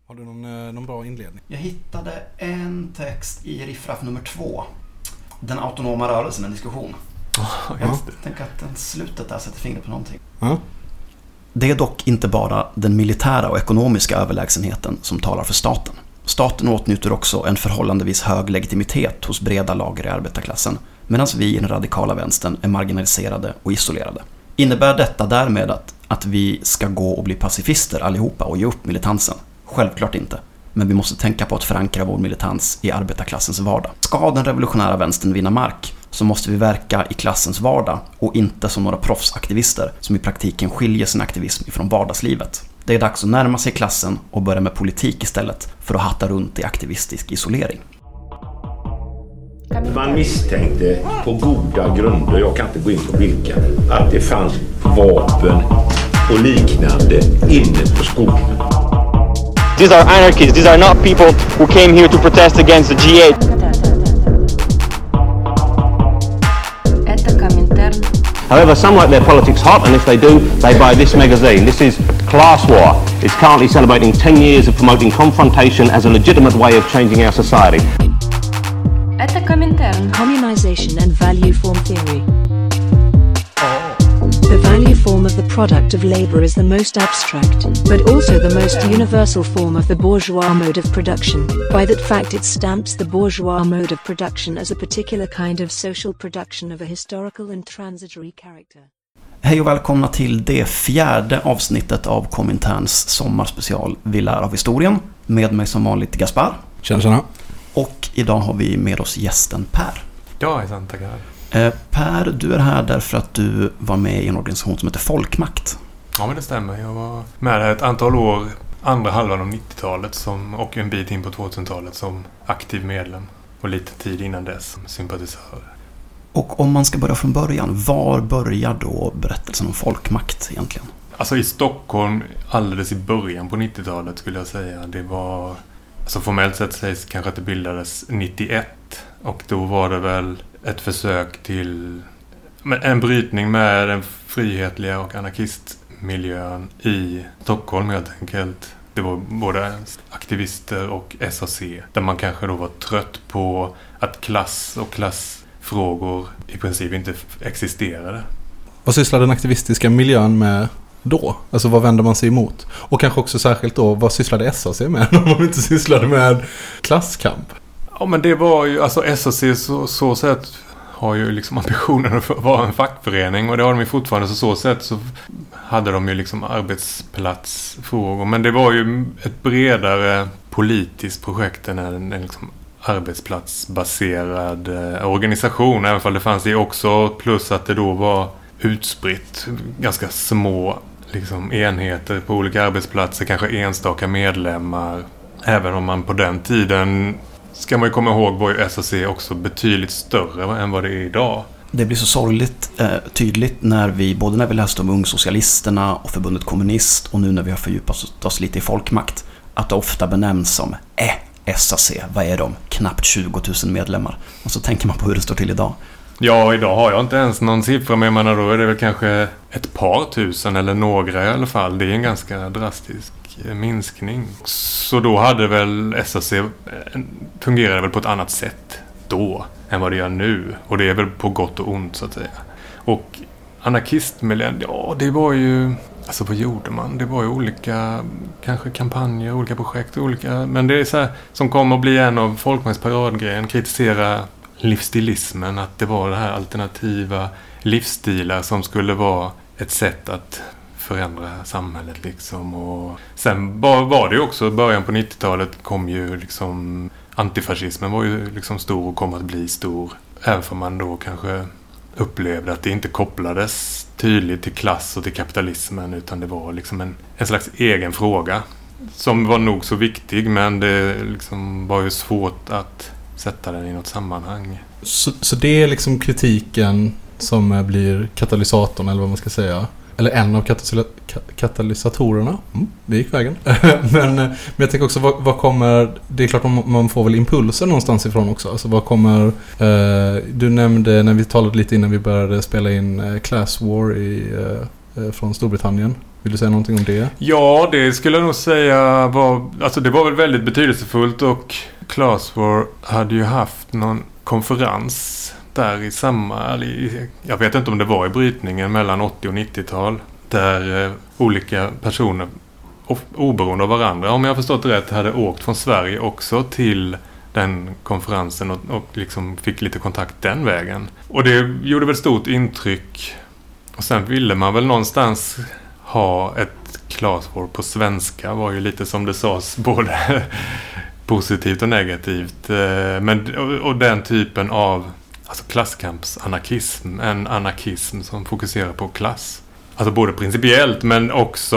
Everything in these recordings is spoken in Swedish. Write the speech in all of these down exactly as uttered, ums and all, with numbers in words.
Har du någon, någon bra inledning? Jag hittade en text i riffraff nummer två. Den autonoma rörelsen, en diskussion. Oh, jag tänker att den slutet där sätter fingret på någonting. Mm. Det är dock inte bara den militära och ekonomiska överlägsenheten som talar för staten. Staten åtnjuter också en förhållandevis hög legitimitet hos breda lager i arbetarklassen, medan vi i den radikala vänstern är marginaliserade och isolerade. Innebär detta därmed att, att vi ska gå och bli pacifister allihopa och ge upp militansen? Självklart inte. Men vi måste tänka på att förankra vår militans i arbetarklassens vardag. Ska den revolutionära vänstern vinna mark så måste vi verka i klassens vardag och inte som några proffsaktivister som i praktiken skiljer sin aktivism ifrån vardagslivet. Det är dags att närma sig klassen och börja med politik istället för att hatta runt i aktivistisk isolering. Man misstänkte på goda grunder, jag kan inte gå in på vilka, att det fanns vapen och liknande inne på skolan. These are anarchists, these are not people who came here to protest against the G eight. However, some like their politics hot, and if they do, they buy this magazine. This is Class War. It's currently celebrating ten years of promoting confrontation as a legitimate way of changing our society. Communization and value form theory. The value form of the product of labor is the most abstract, but also the most universal form of the bourgeois mode of production. By that fact it stamps the bourgeois mode of production as a particular kind of social production of a historical and transitory character. Hej och välkomna till det fjärde avsnittet av Kominterns sommarspecial Vi lär av historien. Med mig som vanligt Gaspar. Tjena, tjena. Och idag har vi med oss gästen Per. Ja, hejsan, tackar. Eh, Per, du är här därför att du var med i en organisation som heter Folkmakt. Ja, men det stämmer. Jag var med här ett antal år, andra halvan av nittiotalet som, och en bit in på tvåtusentalet som aktiv medlem. Och lite tid innan dess som sympatisör. Och om man ska börja från början, var börjar då berättelsen om Folkmakt egentligen? Alltså i Stockholm, alldeles i början på nittiotalet skulle jag säga. Det var, alltså formellt sett sägs kanske att det bildades nittioett. Och då var det väl ett försök till en brytning med den frihetliga och anarkistmiljön i Stockholm helt enkelt. Det var både aktivister och S A C där man kanske då var trött på att klass och klassfrågor i princip inte existerade. Vad sysslar den aktivistiska miljön med då? Alltså vad vänder man sig emot? Och kanske också särskilt då, vad sysslade S A C med om man inte sysslade med klasskamp? Ja, men det var ju, alltså S A C så, så sätt har ju liksom ambitionen att vara en fackförening och det har de ju fortfarande, så så sätt så hade de ju liksom arbetsplatsfrågor, men det var ju ett bredare politiskt projekt än en, en liksom arbetsplatsbaserad eh, organisation, även om det fanns det också, plus att det då var utspritt, ganska små liksom enheter på olika arbetsplatser, kanske enstaka medlemmar, även om man på den tiden, ska man ju komma ihåg, var ju S A C också betydligt större än vad det är idag. Det blir så sorgligt eh, tydligt när vi, både när vi läste om Ungsocialisterna och Förbundet Kommunist och nu när vi har fördjupat oss lite i Folkmakt, att det ofta benämns som eh, S A C, vad är de? Knappt tjugo tusen medlemmar. Och så tänker man på hur det står till idag. Ja, idag har jag inte ens någon siffra, men menar då är det väl kanske ett par tusen eller några i alla fall. Det är en ganska drastisk minskning. Så då hade väl S A C fungerade väl på ett annat sätt då än vad det gör nu. Och det är väl på gott och ont så att säga. Och anarkistmiljön, ja det var ju, alltså vad gjorde man? Det var ju olika kanske kampanjer, olika projekt, olika, men det är så här som kommer att bli en av Folkmakts paradgrejen, kritisera livsstilismen, att det var det här alternativa livsstilar som skulle vara ett sätt att förändra samhället liksom. Och sen var det ju också, början på nittiotalet kom ju liksom, antifascismen var ju liksom stor och kom att bli stor, även för man då kanske upplevde att det inte kopplades tydligt till klass och till kapitalismen, utan det var liksom en, en slags egen fråga som var nog så viktig, men det liksom var ju svårt att sätta den i något sammanhang. Så, så det är liksom kritiken som blir katalysatorn, eller vad man ska säga. Eller en av katalys- katalysatorerna. Mm, det gick vägen. men, men jag tänker också, vad, vad kommer... Det är klart man, man får väl impulser någonstans ifrån också. Alltså vad kommer... Eh, du nämnde när vi talade lite innan vi började spela in eh, Class War i, eh, från Storbritannien. Vill du säga någonting om det? Ja, det skulle jag nog säga var... Alltså det var väl väldigt betydelsefullt och Classwar hade ju haft någon konferens där i samma... Jag vet inte om det var i brytningen mellan åttio- och nittiotal där eh, olika personer oberoende av varandra, om jag har förstått rätt, hade åkt från Sverige också till den konferensen och, och liksom fick lite kontakt den vägen. Och det gjorde väl stort intryck. Och sen ville man väl någonstans ha ett Classwar på svenska, var ju lite som det sades både positivt och negativt. Men, och, och den typen av alltså klasskampsanarkism, en anarkism som fokuserar på klass. Alltså både principiellt men också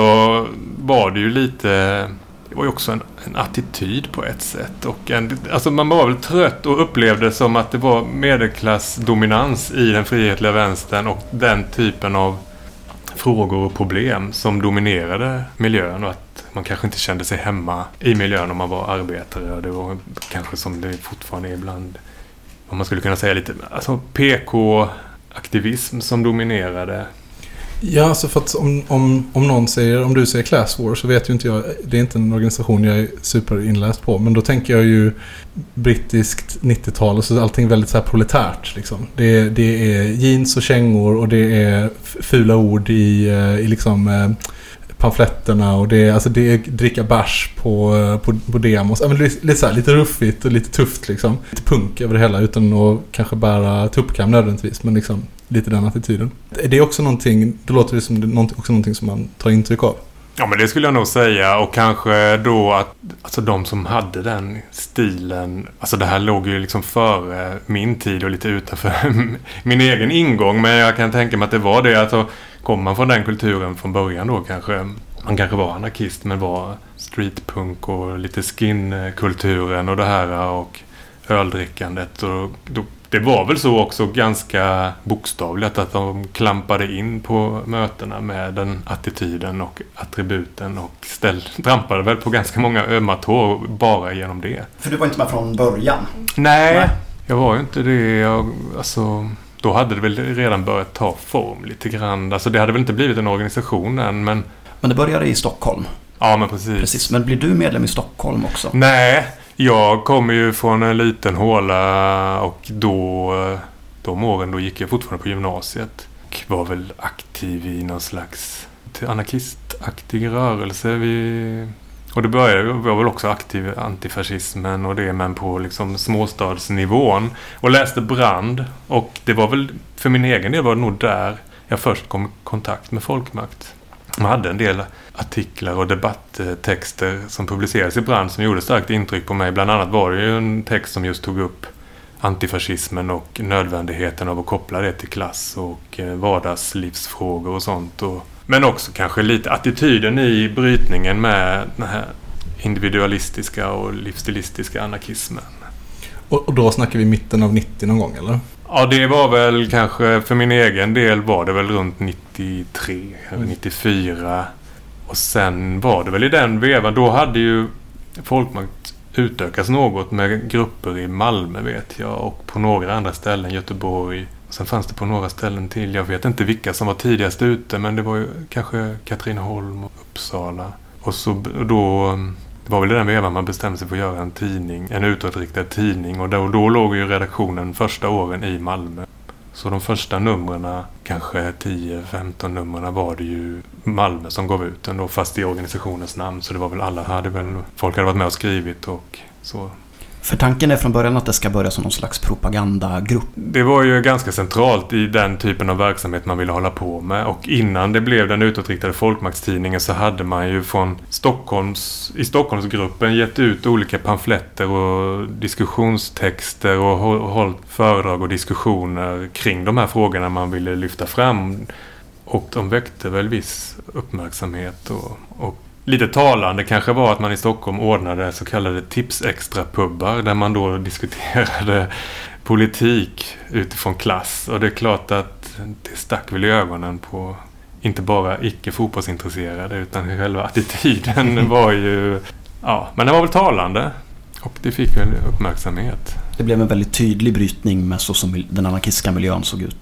var det ju lite, det var ju också en, en attityd på ett sätt. Och en, alltså man var väl trött och upplevde det som att det var medelklassdominans i den frihetliga vänstern och den typen av frågor och problem som dominerade miljön och att man kanske inte kände sig hemma i miljön om man var arbetare. Och det var kanske som det fortfarande är ibland, om man skulle kunna säga lite, alltså P K-aktivism som dominerade. Ja, alltså för att om, om, om någon säger, om du säger Classwar så vet ju inte jag, det är inte en organisation jag är superinläst på, men då tänker jag ju brittiskt nittiotal och så är allting väldigt så här proletärt liksom. Det, det är jeans och kängor och det är fula ord i, i liksom pamfletterna och det är, alltså det är dricka bärs på, på, på demos. Ja, men lite, så här, lite ruffigt och lite tufft liksom. Lite punk över det hela utan att kanske bära tuppkam nödvändigtvis, men liksom lite den attityden. Det är också någonting, det låter det som det är också någonting som man tar intryck av. Ja, men det skulle jag nog säga. Och kanske då att alltså de som hade den stilen, alltså det här låg ju liksom före min tid och lite utanför min egen ingång. Men jag kan tänka mig att det var det. Alltså, kom man från den kulturen från början då kanske, man kanske var anarkist men var streetpunk och lite skinkulturen och det här och öldrickandet. Och då, det var väl så också ganska bokstavligt att de klampade in på mötena med den attityden och attributen och ställ, trampade väl på ganska många ömma tår bara genom det. För du var inte med från början? Nej, Nej. jag var ju inte det. Jag, alltså, då hade det väl redan börjat ta form lite grann. Alltså det hade väl inte blivit en organisation än, men... Men det började i Stockholm? Ja, men precis. Precis, men blir du medlem i Stockholm också? Nej, jag kommer ju från en liten håla och då, de åren då gick jag fortfarande på gymnasiet. Och var väl aktiv i någon slags anarkistaktig rörelse. Vi, och det började, jag var väl också aktiv i antifascismen och det, men på liksom småstadsnivån. Och läste Brand och det var väl, för min egen del var det nog där jag först kom i kontakt med folkmakt. Man hade en del artiklar och debatttexter som publicerades i Brand som gjorde starkt intryck på mig. Bland annat var det ju en text som just tog upp antifascismen och nödvändigheten av att koppla det till klass och vardagslivsfrågor och sånt. Och, men också kanske lite attityden i brytningen med den här individualistiska och livsstilistiska anarkismen. Och, och då snackar vi mitten av nittio någon gång, eller? Ja, det var väl kanske, för min egen del var det väl runt nittiotre eller nittiofyra. Och sen var det väl i den vevan, då hade ju folkmakt utökats något med grupper i Malmö vet jag och på några andra ställen, Göteborg. Och sen fanns det på några ställen till, jag vet inte vilka som var tidigast ute, men det var ju kanske Katrineholm och Uppsala. Och så då... Det var väl i den vevan man bestämde sig för att göra en tidning, en utåtriktad tidning. Och då, då låg ju redaktionen första åren i Malmö. Så de första numren, kanske tio femton numren, var det ju Malmö som gav ut den då, fast i organisationens namn. Så det var väl alla, hade väl, folk hade varit med och skrivit och så. För tanken är från början att det ska börja som någon slags propagandagrupp. Det var ju ganska centralt i den typen av verksamhet man ville hålla på med. Och innan det blev den utåtriktade folkmaktstidningen så hade man ju från Stockholms, i Stockholmsgruppen gett ut olika pamfletter och diskussionstexter och hållit föredrag och diskussioner kring de här frågorna man ville lyfta fram. Och de väckte väl viss uppmärksamhet och, och lite talande kanske var att man i Stockholm ordnade så kallade tipsextra-pubbar där man då diskuterade politik utifrån klass. Och det är klart att det stack väl i ögonen på inte bara icke-fotbollsintresserade utan själva attityden var ju... Ja, men det var väl talande och det fick väl uppmärksamhet. Det blev en väldigt tydlig brytning med så som den anarkistiska miljön såg ut.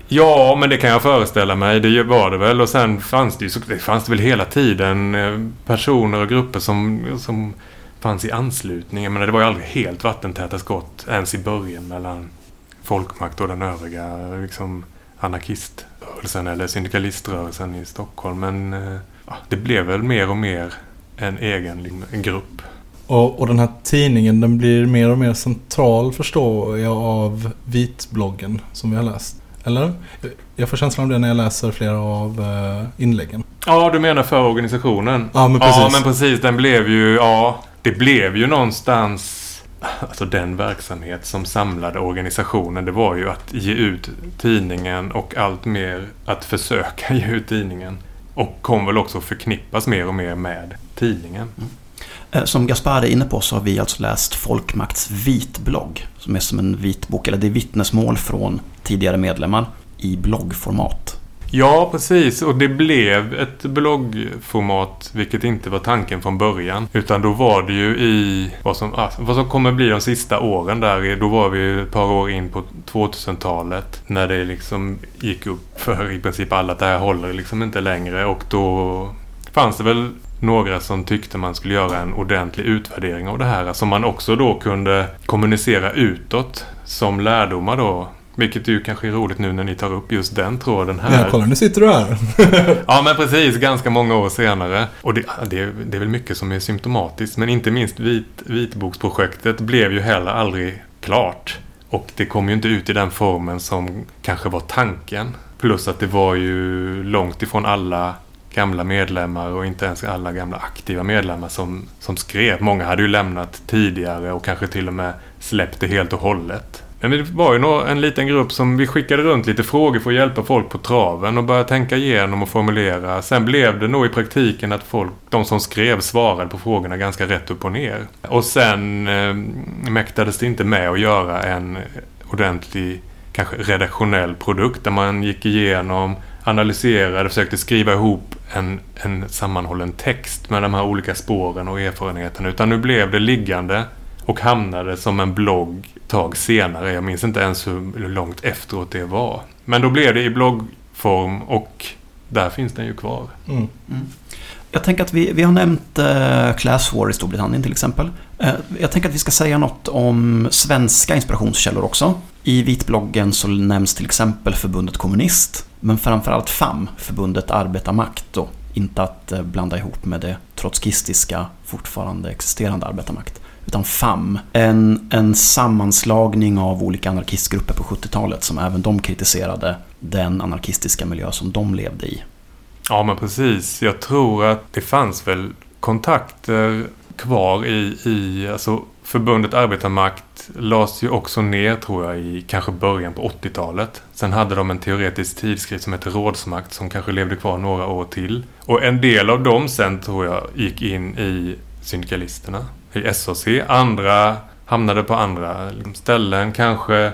Ja, men det kan jag föreställa mig. Det var det väl. Och sen fanns det ju det fanns det väl hela tiden personer och grupper som, som fanns i anslutning. Men det var ju aldrig helt vattentäta skott ens i början mellan folkmakt och den övriga liksom, anarkiströrelsen eller syndikaliströrelsen i Stockholm. Men ja, det blev väl mer och mer en egen en grupp. Och, och den här tidningen, den blir mer och mer central, förstår jag, av vitbloggen som vi har läst. Eller? Jag får känslan av det när jag läser flera av uh, inläggen. Ja, du menar för organisationen? Ja, men precis. Ja, men precis. Den blev ju, ja, det blev ju någonstans, alltså den verksamhet som samlade organisationen, det var ju att ge ut tidningen och allt mer att försöka ge ut tidningen. Och kom väl också förknippas mer och mer med tidningen. Mm. Som Gaspar är inne på så har vi alltså läst Folkmakts vitblogg som är som en vitbok, eller det är vittnesmål från tidigare medlemmar i bloggformat. Ja, precis. Och det blev ett bloggformat, vilket inte var tanken från början. Utan då var det ju i vad som, ah, vad som kommer bli de sista åren där. Då var vi ett par år in på tvåtusentalet. När det liksom gick upp för i princip alla att det här håller liksom inte längre. Och då fanns det väl några som tyckte man skulle göra en ordentlig utvärdering av det här. Som man också då kunde kommunicera utåt som lärdomar då. Vilket ju kanske är roligt nu när ni tar upp just den tråden här. Ja, kolla, nu sitter du här. Ja, men precis. Ganska många år senare. Och det, det, det är väl mycket som är symptomatiskt. Men inte minst vit, vitboksprojektet blev ju heller aldrig klart. Och det kom ju inte ut i den formen som kanske var tanken. Plus att det var ju långt ifrån alla gamla medlemmar och inte ens alla gamla aktiva medlemmar som, som skrev. Många hade ju lämnat tidigare och kanske till och med släppt det helt och hållet. Men det var ju en liten grupp som vi skickade runt lite frågor för att hjälpa folk på traven och börja tänka igenom och formulera. Sen blev det nog i praktiken att folk, de som skrev, svarade på frågorna ganska rätt upp och ner. Och sen eh, mäktades det inte med att göra en ordentlig, kanske redaktionell produkt där man gick igenom, analyserade, försökte skriva ihop en, en sammanhållen text med de här olika spåren och erfarenheterna. Utan nu blev det liggande och hamnade som en blogg tag senare. Jag minns inte ens hur långt efteråt det var. Men då blev det i bloggform och där finns den ju kvar. Mm. Mm. Jag tänker att vi, vi har nämnt eh, Class War i Storbritannien till exempel. Eh, jag tänker att vi ska säga något om svenska inspirationskällor också. I vitbloggen så nämns till exempel förbundet Kommunist, men framförallt F A M, förbundet Arbetarmakt, och inte att eh, blanda ihop med det trotskistiska fortfarande existerande Arbetarmakt. Utan F A M, en, en sammanslagning av olika anarkistgrupper på sjuttiotalet som även de kritiserade den anarkistiska miljö som de levde i. Ja, men precis. Jag tror att det fanns väl kontakter kvar i, i alltså förbundet Arbetarmakt lades ju också ner, tror jag, i kanske början på åttiotalet. Sen hade de en teoretisk tidskrift som heter Rådsmakt som kanske levde kvar några år till. Och en del av dem sen, tror jag, gick in i syndikalisterna, i S A C. Andra hamnade på andra ställen, kanske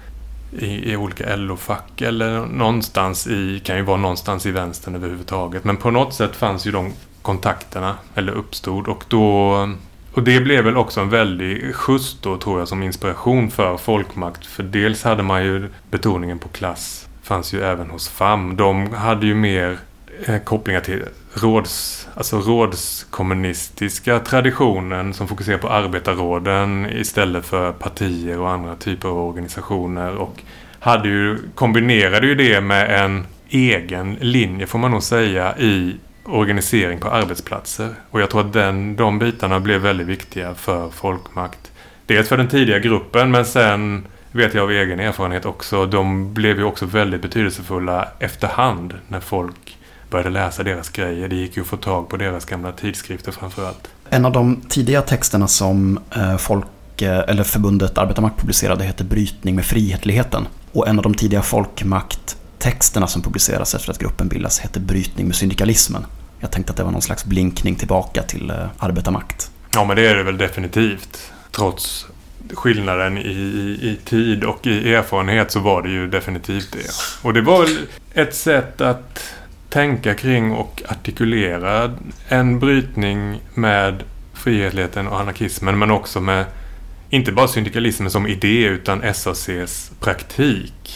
i, i olika L O-fack eller någonstans i, kan ju vara någonstans i vänstern överhuvudtaget. Men på något sätt fanns ju de kontakterna, eller uppstod, och då, och det blev väl också en väldig skjuts då, tror jag, som inspiration för folkmakt. För dels hade man ju betoningen på klass, fanns ju även hos F A M. De hade ju mer eh, kopplingar till råds, alltså rådskommunistiska traditionen som fokuserar på arbetarråden istället för partier och andra typer av organisationer, och hade ju, kombinerade ju det med en egen linje, får man nog säga, i organisering på arbetsplatser. Och jag tror att den, de bitarna blev väldigt viktiga för folkmakt. Dels för den tidiga gruppen, men sen vet jag av egen erfarenhet också, de blev ju också väldigt betydelsefulla efterhand när folk började läsa deras grejer. Det gick ju att få tag på deras gamla tidskrifter framförallt. En av de tidiga texterna som eh, folk, eh, eller förbundet Arbetarmakt publicerade heter Brytning med frihetligheten. Och en av de tidiga folkmakttexterna som publiceras efter att gruppen bildas heter Brytning med syndikalismen. Jag tänkte att det var någon slags blinkning tillbaka till eh, arbetarmakt. Ja, men det är det väl definitivt. Trots skillnaden i, i, i tid och i erfarenhet så var det ju definitivt det. Och det var väl ett sätt att tänka kring och artikulera en brytning med frihetligheten och anarkismen, men också med inte bara syndikalismen som idé utan S A C:s praktik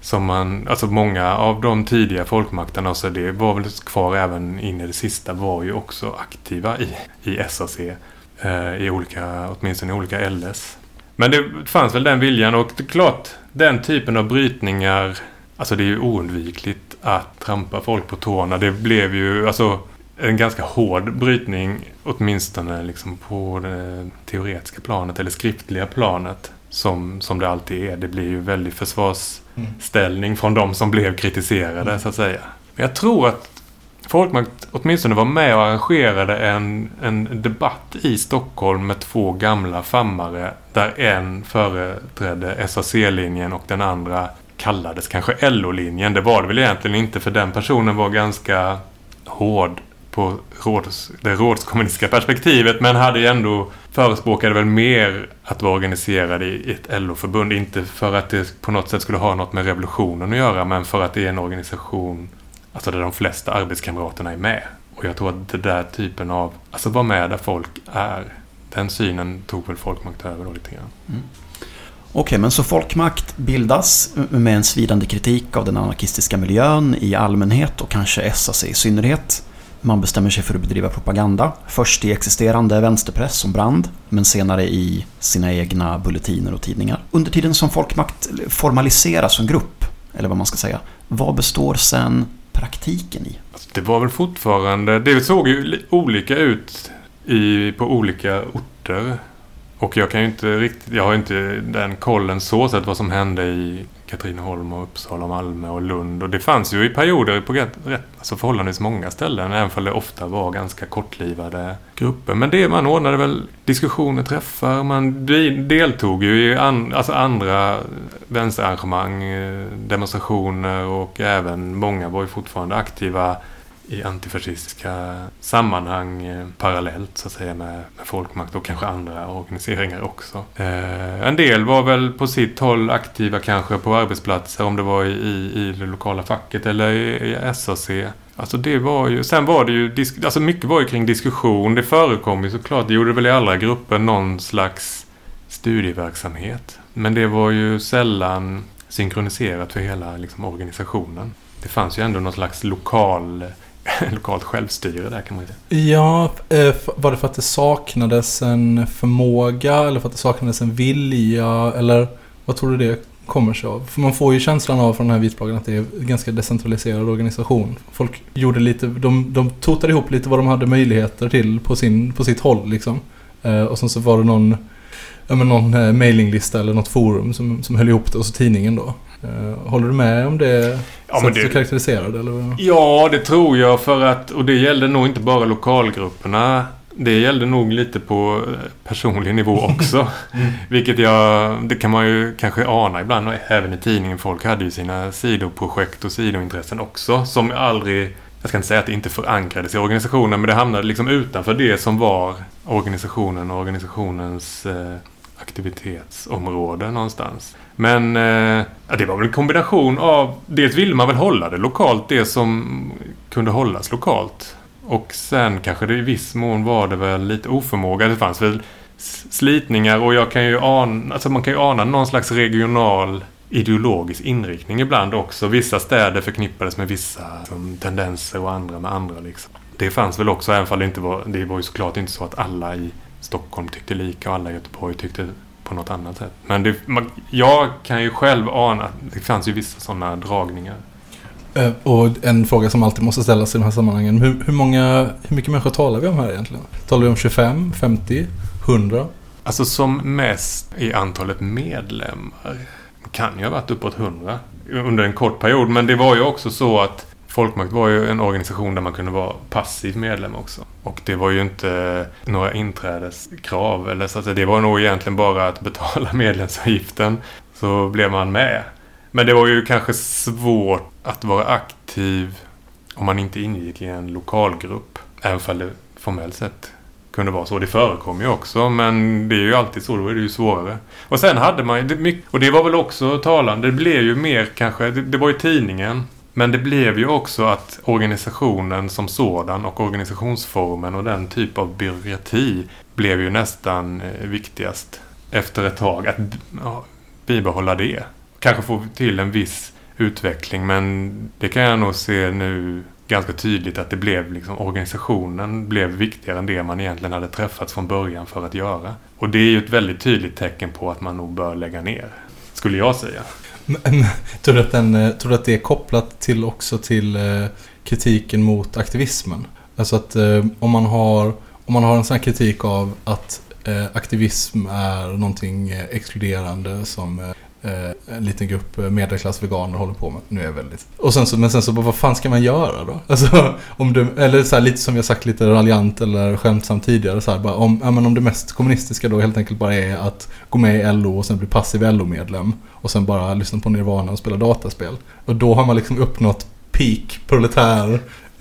som man, alltså många av de tidiga folkmakterna, och så det var väl kvar även in i det sista, var ju också aktiva i, i S A C, eh, i olika, åtminstone i olika L S. Men det fanns väl den viljan, och det är klart, den typen av brytningar, alltså det är ju oundvikligt att trampa folk på tårna. Det blev ju alltså en ganska hård brytning, åtminstone liksom på det teoretiska planet eller skriftliga planet, som, som det alltid är. Det blir ju väldigt försvarsställning från de som blev kritiserade, mm. så att säga. Men jag tror att Folkmakt åtminstone var med och arrangerade en, en debatt i Stockholm med två gamla fammare, där en företrädde S A C-linjen och den andra kallades kanske L O-linjen. Det var det väl egentligen inte, för den personen var ganska hård på råds, det rådskommunistiska perspektivet, men hade ju ändå förespråkade väl mer att vara organiserad i ett L O-förbund, inte för att det på något sätt skulle ha något med revolutionen att göra, men för att det är en organisation, alltså där de flesta arbetskamraterna är med. Och jag tror att det där typen av, alltså vara med där folk är, den synen tog väl Folkmakt över då lite grann. Mm. Okej, men så Folkmakt bildas med en svidande kritik av den anarkistiska miljön i allmänhet och kanske S A C i synnerhet. Man bestämmer sig för att bedriva propaganda, först i existerande vänsterpress som Brand, men senare i sina egna bulletiner och tidningar. Under tiden som Folkmakt formaliseras som grupp, eller vad man ska säga, vad består sen praktiken i? Det var väl fortfarande, det såg ju olika ut i, på olika orter. Och jag kan ju inte riktigt, jag har inte den kollen så sett vad som hände i Katrineholm och Uppsala och Malmö och Lund. Och det fanns ju i perioder på rätt, rätt, alltså förhållandevis många ställen, även om det ofta var ganska kortlivade grupper. Men det, man ordnade väl diskussioner, träffar, man deltog ju i an, alltså andra vänsterarrangemang, demonstrationer, och även många var ju fortfarande aktiva i antifascistiska sammanhang eh, parallellt så att säga med, med Folkmakt och kanske andra organiseringar också. Eh, en del var väl på sitt håll aktiva kanske på arbetsplatser, om det var i, i, i det lokala facket eller i, i S A C. Alltså det var ju, sen var det ju, disk, alltså mycket var ju kring diskussion, det förekom ju såklart, det gjorde väl i alla grupper någon slags studieverksamhet. Men det var ju sällan synkroniserat för hela liksom, organisationen. Det fanns ju ändå någon slags lokal lokalt självstyre där, kan man säga. Ja, var det för att det saknades en förmåga eller för att det saknades en vilja, eller vad tror du det kommer sig av? För man får ju känslan av från den här vitbloggen att det är en ganska decentraliserad organisation. Folk gjorde lite, de, de totade ihop lite vad de hade möjligheter till på, sin, på sitt håll liksom. Och sen så var det någon, ja, men någon mailinglista eller något forum som, som höll ihop det, och så tidningen då. Uh, håller du med om det, ja, men det du karaktäriserade? Eller? Ja, det tror jag, för att, och det gällde nog inte bara lokalgrupperna, det gällde nog lite på personlig nivå också. mm. Vilket jag, det kan man ju kanske ana ibland, och även i tidningen, folk hade ju sina sidoprojekt och sidointressen också, som aldrig, jag ska inte säga att det inte förankrades i organisationen, men det hamnade liksom utanför det som var organisationen och organisationens eh, aktivitetsområde någonstans. Men eh, ja, det var väl en kombination av, dels ville man väl hålla det lokalt, det som kunde hållas lokalt. Och sen kanske det i viss mån var det väl lite oförmåga. Det fanns väl slitningar, och jag kan ju ana, alltså man kan ju ana någon slags regional ideologisk inriktning ibland också. Vissa städer förknippades med vissa som, tendenser och andra med andra liksom. Det fanns väl också, även om det inte var, det var ju såklart inte så att alla i Stockholm tyckte lika och alla i Göteborg tyckte på något annat sätt. Men det, man, jag kan ju själv ana att det fanns ju vissa sådana dragningar. Uh, och en fråga som alltid måste ställas i de här sammanhangen. Hur, hur, många, hur mycket människor talar vi om här egentligen? Talar vi om tjugofem, femtio, hundra? Alltså som mest i antalet medlemmar kan ju ha varit uppåt hundra under en kort period. Men det var ju också så att Folkmakt var ju en organisation där man kunde vara passiv medlem också. Och det var ju inte några inträdeskrav. Eller så att det var nog egentligen bara att betala medlemsavgiften, så blev man med. Men det var ju kanske svårt att vara aktiv om man inte ingick i en lokalgrupp. Även om det formellt sett kunde vara så. Det förekom ju också, men det är ju alltid så, då är det ju svårare. Och sen hade man ju mycket, och det var väl också talande, det blev ju mer kanske, det, det var ju tidningen. Men det blev ju också att organisationen som sådan och organisationsformen och den typ av byråkrati blev ju nästan viktigast efter ett tag, att ja, bibehålla det. Kanske få till en viss utveckling. Men det kan jag nog se nu ganska tydligt att det blev liksom, organisationen blev viktigare än det man egentligen hade träffats från början för att göra. Och det är ju ett väldigt tydligt tecken på att man nog bör lägga ner, skulle jag säga. Men, tror du att, den, tror du att det är kopplat till också till eh, kritiken mot aktivismen? Alltså att eh, om man har om man har en sån här kritik av att eh, aktivism är någonting eh, exkluderande som eh, en liten grupp medelklassveganer håller på med. Nu är jag väldigt. Och sen så, men sen så vad fan ska man göra då? Alltså om du, eller så här, lite som jag sagt, lite raljant eller skämtsamt tidigare så här, bara om ja, men om det mest kommunistiska då helt enkelt bara är att gå med i L O och sen bli passiv L O-medlem och sen bara lyssna på Nirvana och spela dataspel. Och då har man liksom uppnått peak proletär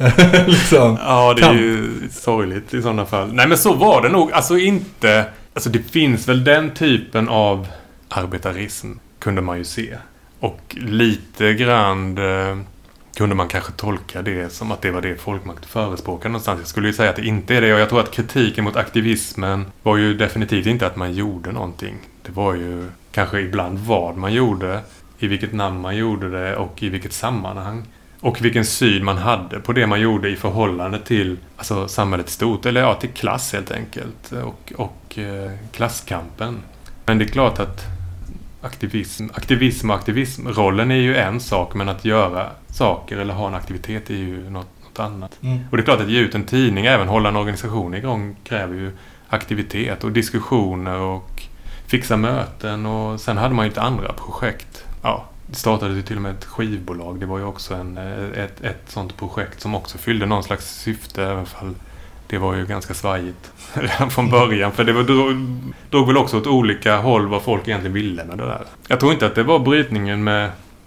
liksom. Ja, det är ju sorgligt i sådana fall. Nej, men så var det nog. Alltså inte, alltså det finns väl den typen av arbetarism kunde man ju se. Och lite grann eh, kunde man kanske tolka det som att det var det folkmakt förespråkade någonstans. Jag skulle ju säga att det inte är det. Och jag tror att kritiken mot aktivismen var ju definitivt inte att man gjorde någonting. Det var ju kanske ibland vad man gjorde, i vilket namn man gjorde det och i vilket sammanhang. Och vilken syn man hade på det man gjorde i förhållande till alltså, samhället stort. Eller ja, till klass helt enkelt. Och, och eh, klasskampen. Men det är klart att aktivism, aktivism och aktivism, rollen är ju en sak, men att göra saker eller ha en aktivitet är ju något, något annat. Mm. Och det är klart att ge ut en tidning, även hålla en organisation igång, kräver ju aktivitet och diskussioner och fixa möten. Och sen hade man ju lite andra projekt. Ja, det startade ju till och med ett skivbolag. Det var ju också en, ett, ett sånt projekt som också fyllde någon slags syfte, även fall det var ju ganska svajigt redan från början. För det var, drog, drog väl också åt olika håll vad folk egentligen ville med det där. Jag tror inte att det var brytningen med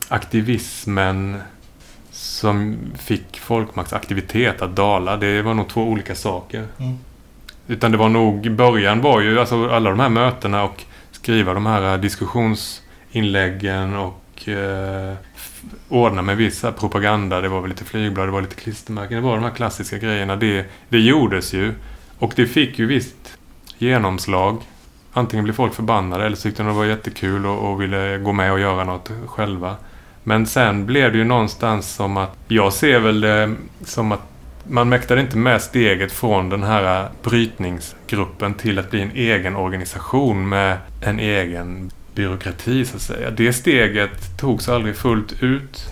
aktivismen som fick folkmaktsaktivitet att dala. Det var nog två olika saker. Mm. Utan det var nog, början var ju alltså alla de här mötena och skriva de här diskussionsinläggen och eh, ordna med vissa propaganda. Det var väl lite flygblad, det var lite klistermärken. Det var de här klassiska grejerna. Det, det gjordes ju. Och det fick ju visst genomslag. Antingen blev folk förbannade eller tyckte de det var jättekul och, och ville gå med och göra något själva. Men sen blev det ju någonstans som att, jag ser väl det som att man mäktade inte med steget från den här brytningsgruppen till att bli en egen organisation med en egen byråkrati så att säga. Det steget togs aldrig fullt ut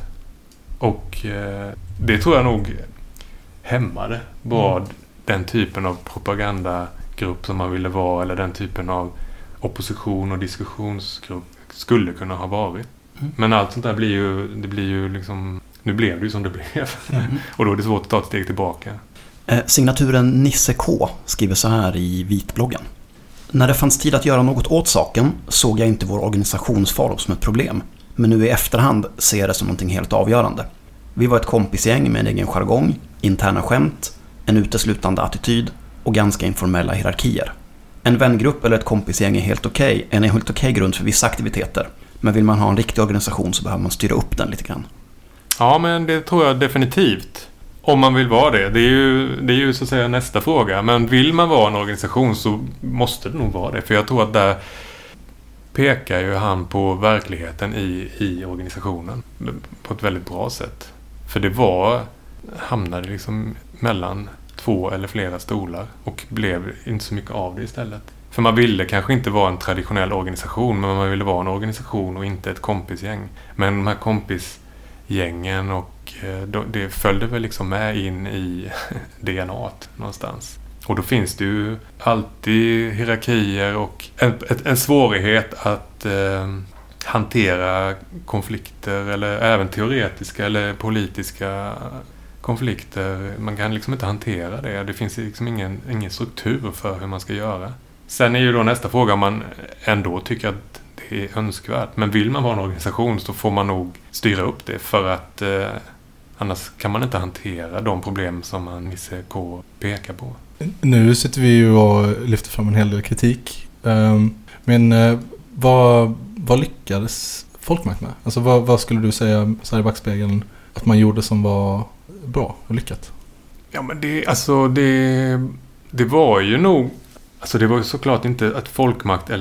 och eh, det tror jag nog hämmade vad mm. den typen av propagandagrupp som man ville vara eller den typen av opposition och diskussionsgrupp skulle kunna ha varit. Mm. Men allt sånt där blir ju, det blir ju liksom, nu blev det ju som det blev. Mm. Och då är det svårt att ta ett steg tillbaka. Eh, signaturen Nisse K skriver så här i Vitbloggen. När det fanns tid att göra något åt saken såg jag inte vår organisationsform som ett problem. Men nu i efterhand ser jag det som någonting helt avgörande. Vi var ett kompisgäng med en egen jargong, interna skämt, en uteslutande attityd och ganska informella hierarkier. En vängrupp eller ett kompisgäng är helt okej, okay, en helt okej okay grund för vissa aktiviteter. Men vill man ha en riktig organisation så behöver man styra upp den lite grann. Ja, men det tror jag definitivt. Om man vill vara det. Det är ju, det är ju så att säga nästa fråga. Men vill man vara en organisation så måste det nog vara det. För jag tror att där pekar ju han på verkligheten i, i organisationen på ett väldigt bra sätt. För det var, hamnade liksom mellan två eller flera stolar och blev inte så mycket av det istället. För man ville kanske inte vara en traditionell organisation, men man ville vara en organisation och inte ett kompisgäng. Men de här kompisgängen och det följde väl liksom med in i D N A-t någonstans. Och då finns det ju alltid hierarkier och en, en svårighet att eh, hantera konflikter eller även teoretiska eller politiska konflikter. Man kan liksom inte hantera det. Det finns liksom ingen, ingen struktur för hur man ska göra. Sen är ju då nästa fråga om man ändå tycker att det är önskvärt. Men vill man vara en organisation så får man nog styra upp det för att eh, annars kan man inte hantera de problem som man Nisse K pekar på. Nu sitter vi ju och lyfter fram en hel del kritik. Men vad, vad lyckades folkmakt med? Alltså vad, vad skulle du säga så här i backspegeln att man gjorde som var bra och lyckat? Ja, men det, alltså det, det var ju nog, alltså det var ju såklart inte att folkmakt eller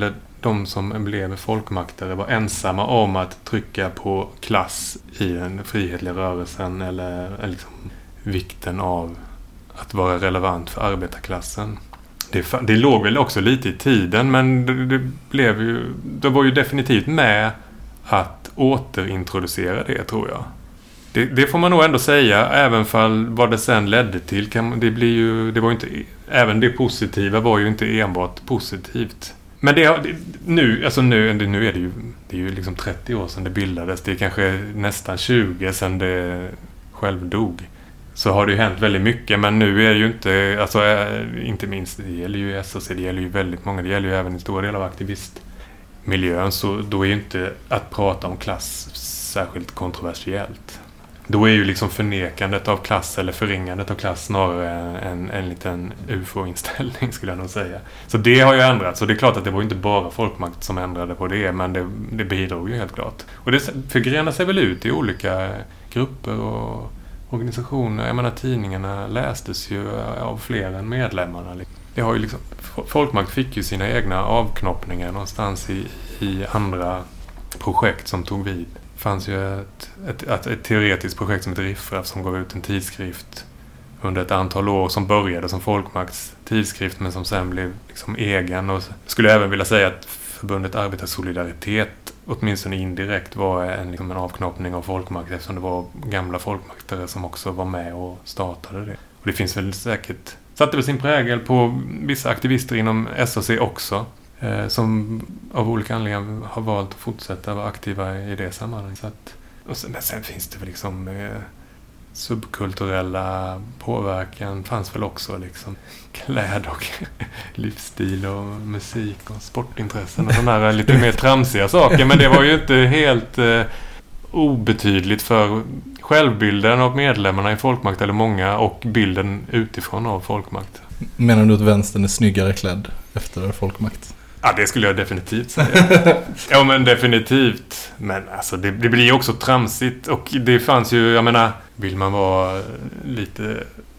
de som blev folkmaktare var ensamma om att trycka på klass i den frihetliga rörelsen eller, eller liksom vikten av att vara relevant för arbetarklassen. Det, det låg väl också lite i tiden, men det, det blev ju, det var ju definitivt med att återintroducera det, tror jag. Det, det får man nog ändå säga, även fall vad det sen ledde till. Kan, det blir ju, det var ju inte, även det positiva var ju inte enbart positivt. Men det, det nu, alltså nu, det, nu är det ju, det är ju liksom trettio år sedan det bildades. Det är kanske nästan tjugo sedan det själv dog. Så har det ju hänt väldigt mycket, men nu är det ju inte, alltså inte minst, det gäller ju S A C, det gäller ju väldigt många, det gäller ju även en stor del av aktivistmiljön, så då är ju inte att prata om klass särskilt kontroversiellt. Då är ju liksom förnekandet av klass eller förringandet av klass snarare en, en liten U F O-inställning, skulle jag nog säga. Så det har ju ändrats, och det är klart att det var inte bara folkmakt som ändrade på det, men det, det bidrog ju helt klart. Och det förgrenar sig väl ut i olika grupper och organisationer. Jag menar, tidningarna lästes ju av fler än medlemmarna. Det har ju liksom, folkmakt fick ju sina egna avknoppningar någonstans i, i andra projekt som tog vid. Det fanns ju ett, ett, ett, ett teoretiskt projekt som heter Riffraff som gav ut en tidskrift under ett antal år som började som folkmakts tidskrift men som sen blev liksom egen. Och skulle jag även vilja säga att förbundet Arbetarsolidaritet åtminstone indirekt var en, liksom en avknoppning av folkmakt, eftersom det var gamla folkmaktare som också var med och startade det. Och det finns väl säkert, satte väl sin prägel på vissa aktivister inom S A C också, eh, som av olika anledningar har valt att fortsätta vara aktiva i det sammanhanget. Så att, och sen, men sen finns det väl liksom eh, subkulturella påverkan fanns väl också, liksom kläd och livsstil och musik och sportintressen och sådana här lite mer tramsiga saker, men det var ju inte helt eh, obetydligt för självbilden av medlemmarna i folkmakt, eller många, och bilden utifrån av folkmakt. Menar du att vänstern är snyggare klädd efter folkmakt? Ja, det skulle jag definitivt säga. Ja, men definitivt. Men alltså, det, det blir ju också tramsigt. Och det fanns ju, jag menar, vill man vara lite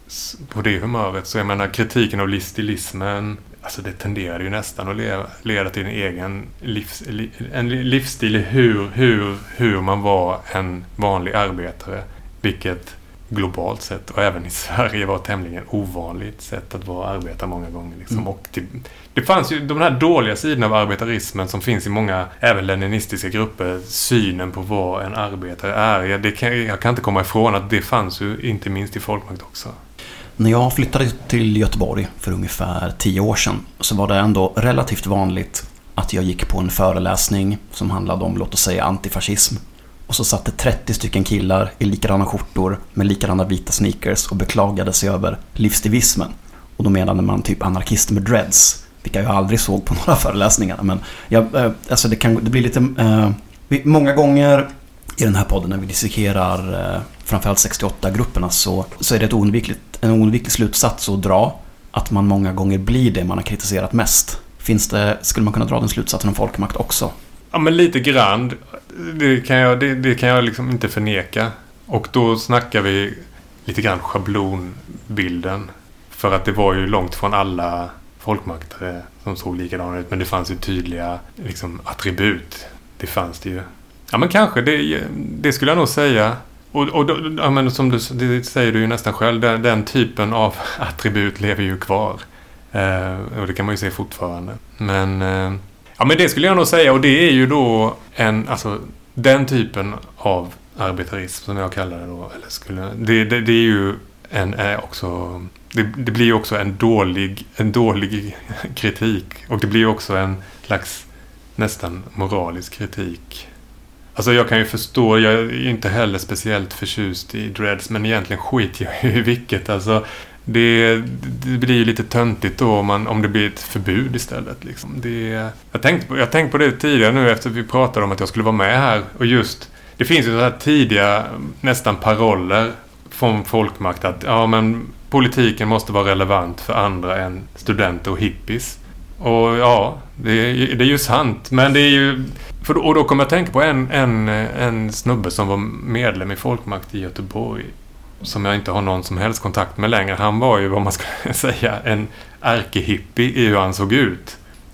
på det humöret, så jag menar, kritiken av stilismen, alltså det tenderar ju nästan att leda, leda till en egen livs, en livsstil hur, hur, hur man var en vanlig arbetare. Vilket globalt sett och även i Sverige var tämligen ovanligt sätt att vara arbetare många gånger. Liksom. Mm. Och det, det fanns ju de här dåliga sidorna av arbetarismen som finns i många, även leninistiska grupper, synen på vad en arbetare är. Jag, det kan, jag kan inte komma ifrån att det fanns ju inte minst i folkmakt också. När jag flyttade till Göteborg för ungefär tio år sedan så var det ändå relativt vanligt att jag gick på en föreläsning som handlade om, låt oss säga, antifascism. Och så satt det trettio stycken killar i likadana skjortor med likadana vita sneakers och beklagade sig över livsstilismen. Och då menade man typ anarkister med dreads, vilka jag aldrig såg på några föreläsningar. Men jag, äh, alltså det, kan, det blir lite... Äh, vi, många gånger i den här podden när vi dissekerar äh, framförallt sextioåtta-grupperna så, så är det ett oundvikligt, en oundviklig slutsats att dra att man många gånger blir det man har kritiserat mest. Finns det, skulle man kunna dra den slutsatsen om folkmakt också? Ja, men lite grann. Det kan jag, det, det kan jag liksom inte förneka. Och då snackar vi lite grann schablonbilden. För att det var ju långt från alla folkmakter som såg likadana ut. Men det fanns ju tydliga liksom, attribut. Det fanns det ju. Ja, men kanske. Det, det skulle jag nog säga. Och, och ja, men som du det säger du ju nästan själv. Den, den typen av attribut lever ju kvar. Eh, och det kan man ju se fortfarande. Men... Eh, Ja, men det skulle jag nog säga, och det är ju då en, alltså den typen av arbetarism som jag kallar det då, eller skulle, det, det, det är ju en, är också, det, det blir ju också en dålig, en dålig kritik, och det blir ju också en slags nästan moralisk kritik. Alltså jag kan ju förstå, jag är inte heller speciellt förtjust i dreads, men egentligen skit jag i vilket, alltså Det, det blir ju lite töntigt då om, man, om det blir ett förbud istället. Liksom. Det, jag tänkte på, jag tänkte på det tidigare nu efter vi pratade om att jag skulle vara med här. Och just, det finns ju så här tidiga nästan paroller från folkmakt att ja, men politiken måste vara relevant för andra än studenter och hippies. Och ja, det, det är ju sant. Men det är ju... För, och då kommer jag tänka på en, en, en snubbe som var medlem i folkmakt i Göteborg, som jag inte har någon som helst kontakt med längre. Han var ju, vad man ska säga, en ärkehippie i hur han såg ut.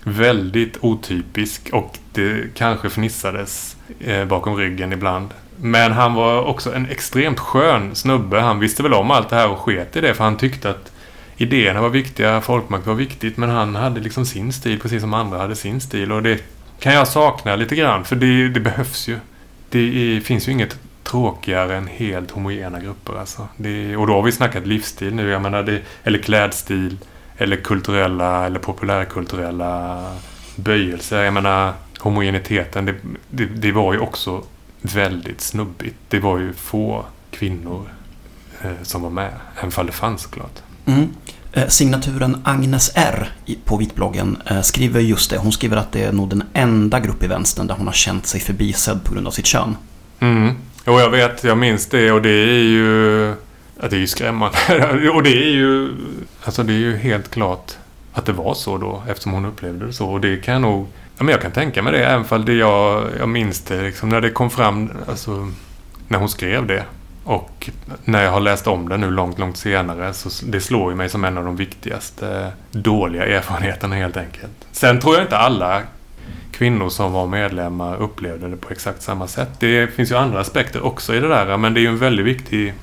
väldigt otypisk och det kanske fnissades eh, bakom ryggen ibland. Men han var också en extremt skön snubbe. Han visste väl om allt det här och sket i det, för han tyckte att idéerna var viktiga, folkmakt var viktigt, men han hade liksom sin stil precis som andra hade sin stil, och det kan jag sakna lite grann, för det, det behövs ju. Det är, finns ju inget tråkigare än helt homogena grupper alltså. Det, och då har vi snackat livsstil nu, jag menar det, eller klädstil, eller kulturella eller populärkulturella böjelser. Jag menar homogeniteten, det, det, det var ju också väldigt snubbigt. Det var ju få kvinnor eh, som var med, även fall det fanns såklart. Mm. Eh, signaturen Agnes R på Vitbloggen eh, skriver just det. Hon skriver att det är nog den enda grupp i vänstern där hon har känt sig förbisedd på grund av sitt kön. Mm. Och jag vet, jag minns det, och det är ju att det är ju skrämmande. Och det är ju alltså det är ju helt klart att det var så då, eftersom hon upplevde det så. Och det kan nog, ja, men jag kan tänka mig det, även fall det jag, jag minns det liksom, när det kom fram, alltså när hon skrev det. Och när jag har läst om det nu långt, långt senare, så det slår ju mig som en av de viktigaste dåliga erfarenheterna helt enkelt. Sen tror jag inte alla kvinnor som var medlemmar upplevde det på exakt samma sätt. Det finns ju andra aspekter också i det där, men det är ju en väldigt viktig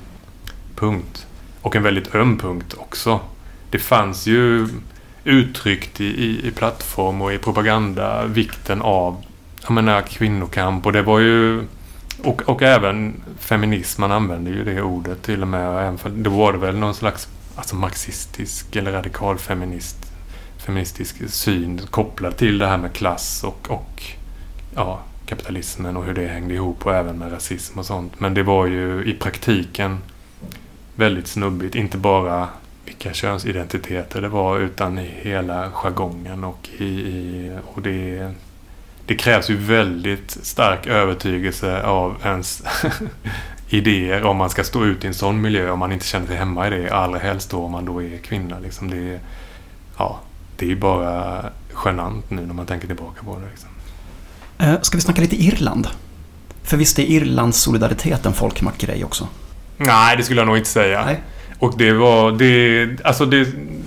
punkt. Och en väldigt öm punkt också. Det fanns ju uttryckt i, i, i plattform och i propaganda vikten av, jag menar, kvinnokamp, och det var ju och, och även feminism, man använde ju det ordet till och med, även för, då var det väl någon slags alltså marxistisk eller radikal feminist feministisk syn kopplad till det här med klass och, och ja, kapitalismen och hur det hängde ihop, och även med rasism och sånt. Men det var ju i praktiken väldigt snubbigt, inte bara vilka könsidentiteter det var, utan i hela jargongen och i, i och det det krävs ju väldigt stark övertygelse av ens idéer om man ska stå ut i en sån miljö, om man inte känner sig hemma i det, allra helst då om man då är kvinna liksom. Det är, ja, det är ju bara genant nu när man tänker tillbaka på det liksom. Ska vi snacka lite Irland? För visst är Irlands solidaritet en folkmaktgrej också? Nej, det skulle jag nog inte säga. Nej. Och det var det, alltså det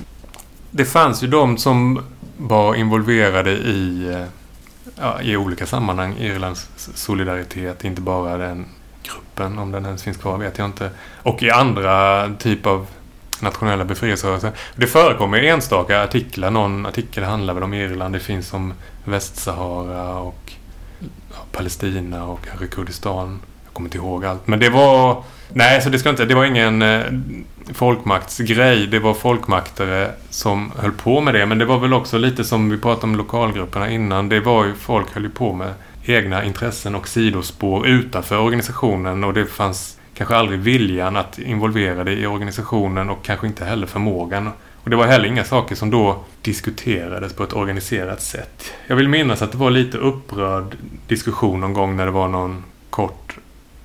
det fanns ju de som var involverade i ja, i olika sammanhang Irlands solidaritet, inte bara den gruppen, om den ens finns kvar vet jag inte, och i andra typ av nationella befrielserörelser. Det förekommer enstaka artiklar, någon artikel handlar väl om Irland, det finns om Västsahara och ja, Palestina och kanske Kurdistan. Jag kommer inte ihåg allt, men det var nej, så det ska inte, det var ingen eh, folkmaktsgrej, det var folkmaktare som höll på med det, men det var väl också lite som vi pratade om lokalgrupperna innan, det var ju folk höll ju på med egna intressen och sidospår utanför organisationen, och det fanns kanske aldrig viljan att involvera det i organisationen och kanske inte heller förmågan. Och det var heller inga saker som då diskuterades på ett organiserat sätt. Jag vill minnas att det var lite upprörd diskussion någon gång när det var någon kort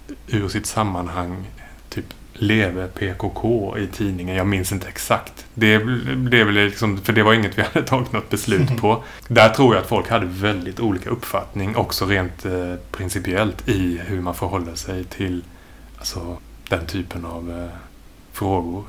ur sitt sammanhang typ leve P K K i tidningen. Jag minns inte exakt. Det blev liksom, för det var inget vi hade tagit något beslut på. Där tror jag att folk hade väldigt olika uppfattning också rent eh, principiellt i hur man förhåller sig till alltså den typen av eh, frågor.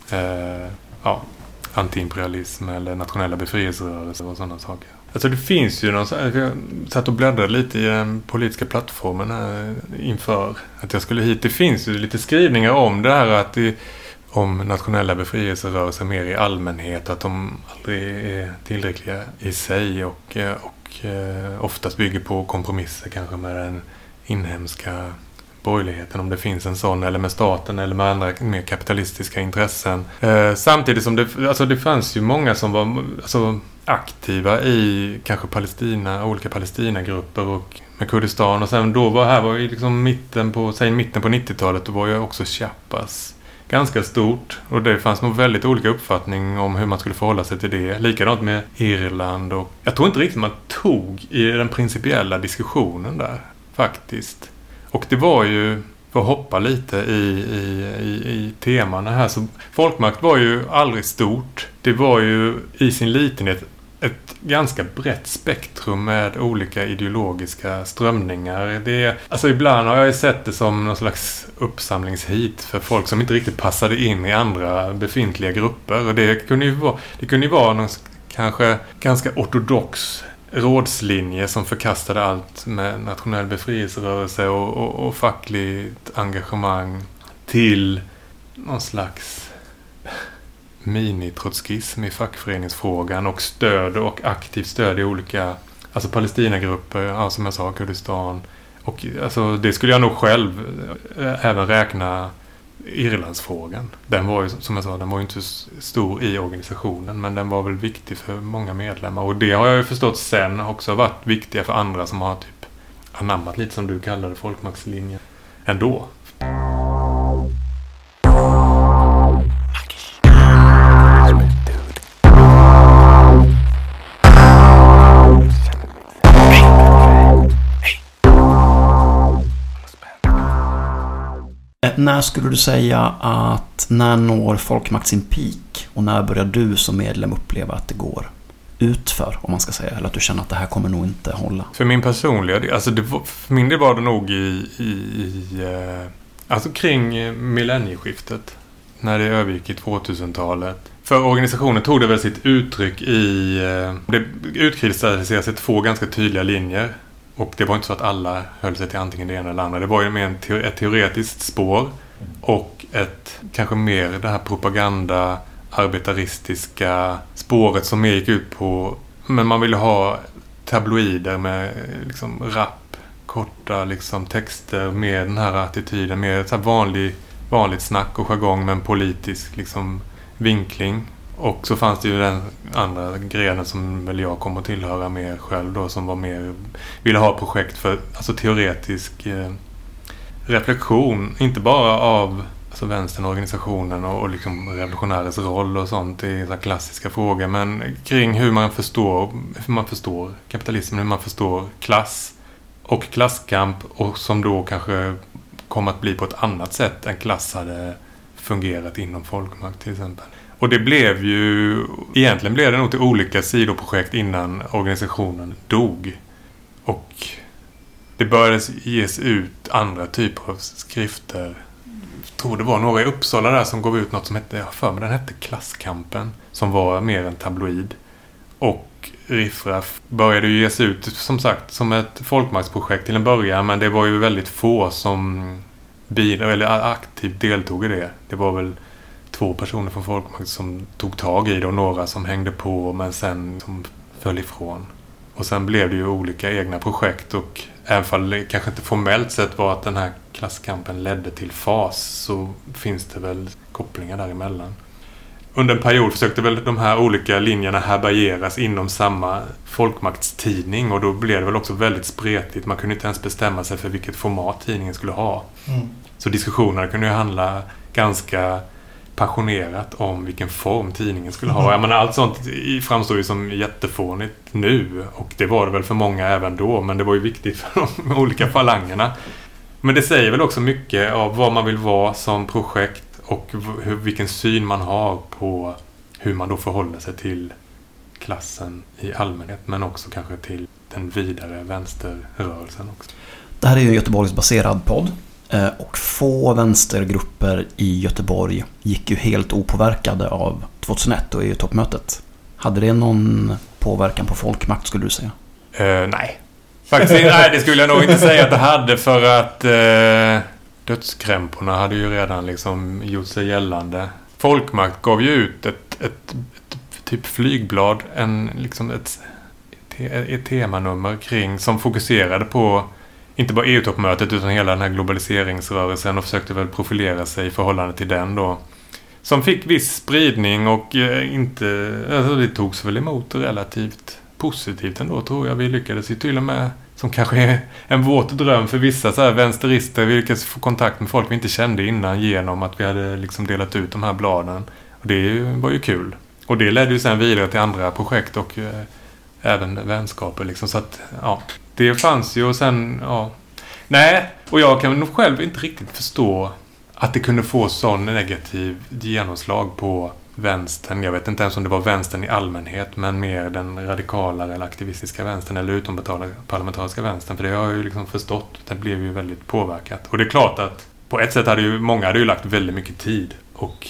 Eh, ja, antiimperialism eller nationella befrielserörelser och sådana saker. Alltså det finns ju någon, jag satt och bläddrade lite i den politiska plattformen här inför att jag skulle hit. Det finns ju lite skrivningar om det här, att det, om nationella befrielserörelser mer i allmänhet, att de aldrig är tillräckliga i sig och, och eh, oftast bygger på kompromisser kanske med den inhemska borgerligheten, om det finns en sån, eller med staten eller med andra mer kapitalistiska intressen. Eh, samtidigt som det, alltså det fanns ju många som var alltså, aktiva i kanske Palestina, olika Palestina-grupper och med Kurdistan, och sen då var här var ju liksom mitten på, säg mitten på nittiotalet, då var ju också Chiapas ganska stort, och det fanns nog väldigt olika uppfattning om hur man skulle förhålla sig till det. Likadant med Irland, och jag tror inte riktigt man tog i den principiella diskussionen där faktiskt. Och det var ju, för att hoppa lite i, i, i, i temana här, så folkmakt var ju aldrig stort. Det var ju i sin litenhet ett ganska brett spektrum med olika ideologiska strömningar. Det är, alltså ibland har jag sett det som någon slags uppsamlingshit för folk som inte riktigt passade in i andra befintliga grupper. Och det kunde ju vara, det kunde ju vara någon kanske ganska ortodox rådslinje som förkastade allt med nationell befrielserörelse och, och, och fackligt engagemang till någon slags mini-trotskism i fackföreningsfrågan och stöd och aktivt stöd i olika, alltså Palestinagrupper, ja, som jag sa, Kurdistan. Och alltså, det skulle jag nog själv även räkna Irlandsfrågan. Den var ju, som jag sa, den var ju inte stor i organisationen, men den var väl viktig för många medlemmar. Och det har jag ju förstått sen också varit viktiga för andra som har typ anammat lite, som du kallade, folkmaktslinjen ändå. När skulle du säga att, när når folkmakt sin peak och när börjar du som medlem uppleva att det går utför, om man ska säga, eller att du känner att det här kommer nog inte hålla? För min personliga, alltså det var, för min del var det nog i, i, i alltså kring millennieskiftet, när det övergick i tvåtusentalet. För organisationen tog det väl sitt uttryck i, det utkristalliserade sig två ganska tydliga linjer. Och det var inte så att alla höll sig till antingen det ena eller andra. Det var ju mer en te- ett teoretiskt spår och ett kanske mer det här propaganda, arbetaristiska spåret som mer gick ut på, men man ville ha tabloider med liksom rap, korta liksom texter med den här attityden, med så här vanlig, vanligt snack och jargong med en politisk liksom vinkling. Och så fanns det ju den andra grenen som väl jag kom att tillhöra mer själv då, som var mer, ville ha projekt för alltså teoretisk eh, reflektion, inte bara av alltså vänstern, organisationen och, och liksom revolutionärers roll och sånt i så klassiska frågor, men kring hur man förstår hur man förstår kapitalismen, hur man förstår klass och klasskamp, och som då kanske kom att bli på ett annat sätt än klass hade fungerat inom folkmakt till exempel. Och det blev ju, egentligen blev det nog till olika sidoprojekt innan organisationen dog. Och det började ges ut andra typer av skrifter. Jag tror det var några i Uppsala där som gav ut något som hette, jag för mig, den hette Klasskampen. Som var mer en tabloid. Och Riffraff började ju ges ut, som sagt, som ett folkmaktsprojekt till en början. Men det var ju väldigt få som bidrog eller aktivt deltog i det. Det var väl två personer från folkmakt som tog tag i det och några som hängde på men sen som föll ifrån. Och sen blev det ju olika egna projekt, och även om det kanske inte formellt sett var att den här klasskampen ledde till fas, så finns det väl kopplingar däremellan. Under en period försökte väl de här olika linjerna härbärgeras inom samma folkmaktstidning, och då blev det väl också väldigt spretigt. Man kunde inte ens bestämma sig för vilket format tidningen skulle ha. Mm. Så diskussionerna kunde ju handla ganska passionerat om vilken form tidningen skulle ha. Jag menar, allt sånt framstår ju som jättefånigt nu, och det var det väl för många även då, men det var ju viktigt för de olika falangerna. Men det säger väl också mycket av vad man vill vara som projekt och hur, vilken syn man har på hur man då förhåller sig till klassen i allmänhet, men också kanske till den vidare vänsterrörelsen också. Det här är ju en Göteborgsbaserad podd. Och få vänstergrupper i Göteborg gick ju helt opåverkade av tjugohundraett och E U-toppmötet. Hade det någon påverkan på folkmakt, skulle du säga? Uh, nej. Faktiskt, nej, det skulle jag nog inte säga att det hade, för att uh, dödskrämporna hade ju redan liksom gjort sig gällande. Folkmakt gav ju ut ett, ett, ett typ flygblad, en, liksom ett, ett temanummer kring, som fokuserade på inte bara E U-toppmötet utan hela den här globaliseringsrörelsen, och försökte väl profilera sig i förhållande till den då. Som fick viss spridning och eh, inte, alltså det togs väl emot relativt positivt ändå, tror jag. Vi lyckades ju till och med, som kanske är en våt dröm för vissa så här vänsterister, vi lyckades få kontakt med folk vi inte kände innan genom att vi hade liksom delat ut de här bladen. Och det var ju kul. Och det ledde ju sen vidare till andra projekt och eh, även vänskaper liksom, så att ja. Det fanns ju, och sen, ja. Nej, och jag kan nog själv inte riktigt förstå att det kunde få sån negativ genomslag på vänstern. Jag vet inte ens om det var vänstern i allmänhet, men mer den radikalare eller aktivistiska vänstern eller utomparlamentariska vänstern. För det har jag ju liksom förstått. Det blev ju väldigt påverkat. Och det är klart att på ett sätt hade ju många hade ju lagt väldigt mycket tid och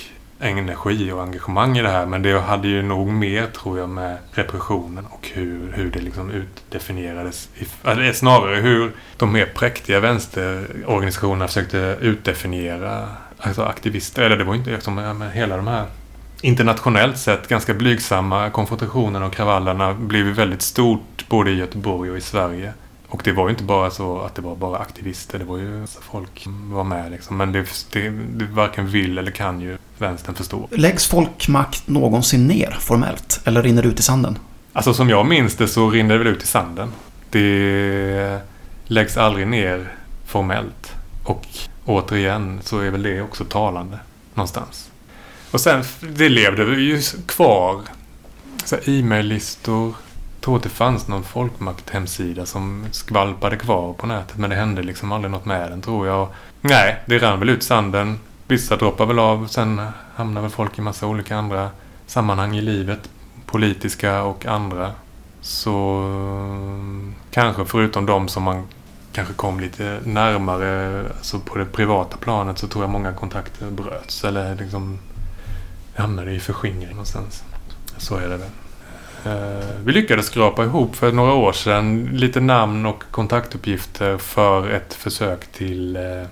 energi och engagemang i det här. Men det hade ju nog mer, tror jag, med repressionen och hur, hur det liksom utdefinierades. Eller snarare hur de mer präktiga vänsterorganisationerna försökte utdefiniera alltså aktivister. Eller det var inte liksom med hela de här internationellt sett ganska blygsamma konfrontationerna och kravallerna blev väldigt stort både i Göteborg och i Sverige. Och det var ju inte bara så att det var bara aktivister, det var ju så folk var med liksom. Men det, det, det varken vill eller kan ju vänstern förstå. Läggs folkmakt någonsin ner formellt eller rinner det ut i sanden? Alltså som jag minns det så rinner det väl ut i sanden. Det läggs aldrig ner formellt. Och återigen så är väl det också talande någonstans. Och sen, det levde ju kvar så här, e-maillistor. Jag tror att det fanns någon folkmakt-hemsida som skvalpade kvar på nätet. Men det hände liksom aldrig något med den, tror jag. Nej, det rann väl ut sanden. Vissa droppar väl av. Sen hamnar väl folk i massa olika andra sammanhang i livet. Politiska och andra. Så kanske förutom de som man kanske kom lite närmare, alltså på det privata planet, så tror jag många kontakter bröts. Eller liksom hamnade i förskingring någonstans. Så är det väl. Uh, vi lyckades skrapa ihop för några år sedan lite namn och kontaktuppgifter för ett försök till uh,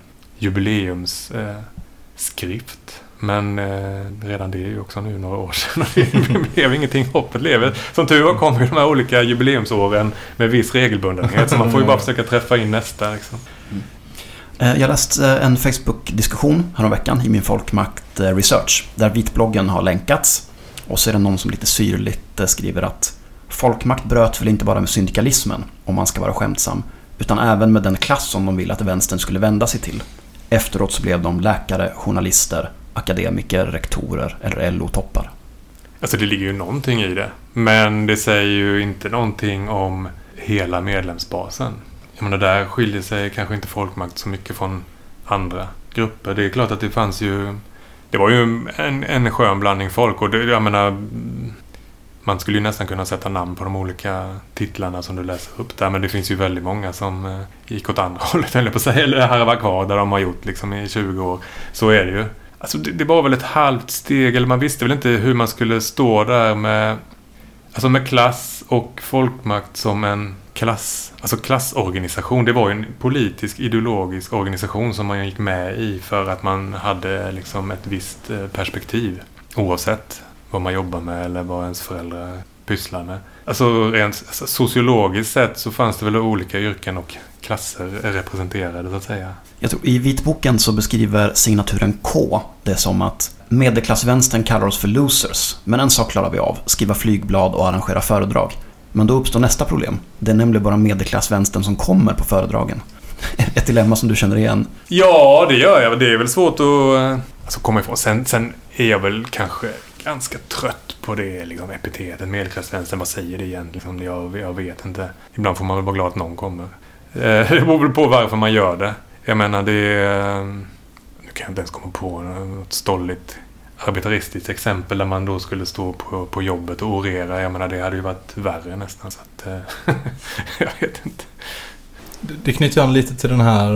jubileumsskrift. Uh, Men uh, redan det är ju också nu några år sedan. Det blev ingenting, hoppet lever. Som tur var kommer ju de här olika jubileumsåren med viss regelbundenhet. Så man får ju bara försöka träffa in nästa. Liksom. Mm. Jag läste en Facebook-diskussion häromveckan i min Folkmakt Research där vitbloggen har länkats. Och så är det någon som lite syrligt skriver att folkmakt bröt väl inte bara med syndikalismen, om man ska vara skämtsam, utan även med den klass som de ville att vänstern skulle vända sig till. Efteråt så blev de läkare, journalister, akademiker, rektorer eller L O-toppar. Alltså det ligger ju någonting i det. Men det säger ju inte någonting om hela medlemsbasen. Jag menar, där skiljer sig kanske inte folkmakt så mycket från andra grupper. Det är klart att det fanns ju... Det var ju en, en skön blandning folk. Och det, jag menar, man skulle ju nästan kunna sätta namn på de olika titlarna som du läser upp där. Men det finns ju väldigt många som eh, gick åt andra hållet, eller på sig. Eller här var kvar där de har gjort liksom i tjugo år. Så är det ju. Alltså det, det var väl ett halvt steg. Eller man visste väl inte hur man skulle stå där med... Alltså med klass och folkmakt som en klass, alltså klassorganisation. Det var ju en politisk, ideologisk organisation som man gick med i för att man hade liksom ett visst perspektiv. Oavsett vad man jobbar med eller vad ens föräldrar pysslar med. Alltså rent alltså, sociologiskt sett så fanns det väl olika yrken och klasser representerade, så att säga. Jag tror, i vitboken så beskriver signaturen K det som att medelklassvänstern kallar oss för losers. Men en sak klarar vi av, skriva flygblad och arrangera föredrag. Men då uppstår nästa problem. Det är nämligen bara medelklassvänstern som kommer på föredragen. Ett dilemma som du känner igen. Ja, det gör jag. Det är väl svårt att alltså, komma ifrån. Sen, sen är jag väl kanske ganska trött på det liksom, epitetet. Medelklassvänstern, vad säger det igen? Liksom, jag, jag vet inte. Ibland får man väl vara glad att någon kommer. Det beror väl på varför man gör det. Jag menar, det är... Nu kan jag inte ens komma på något stolligt arbetaristiskt exempel där man då skulle stå på, på jobbet och orera. Jag menar, det hade ju varit värre nästan. Så att, jag vet inte. Det, det knyter an lite till den här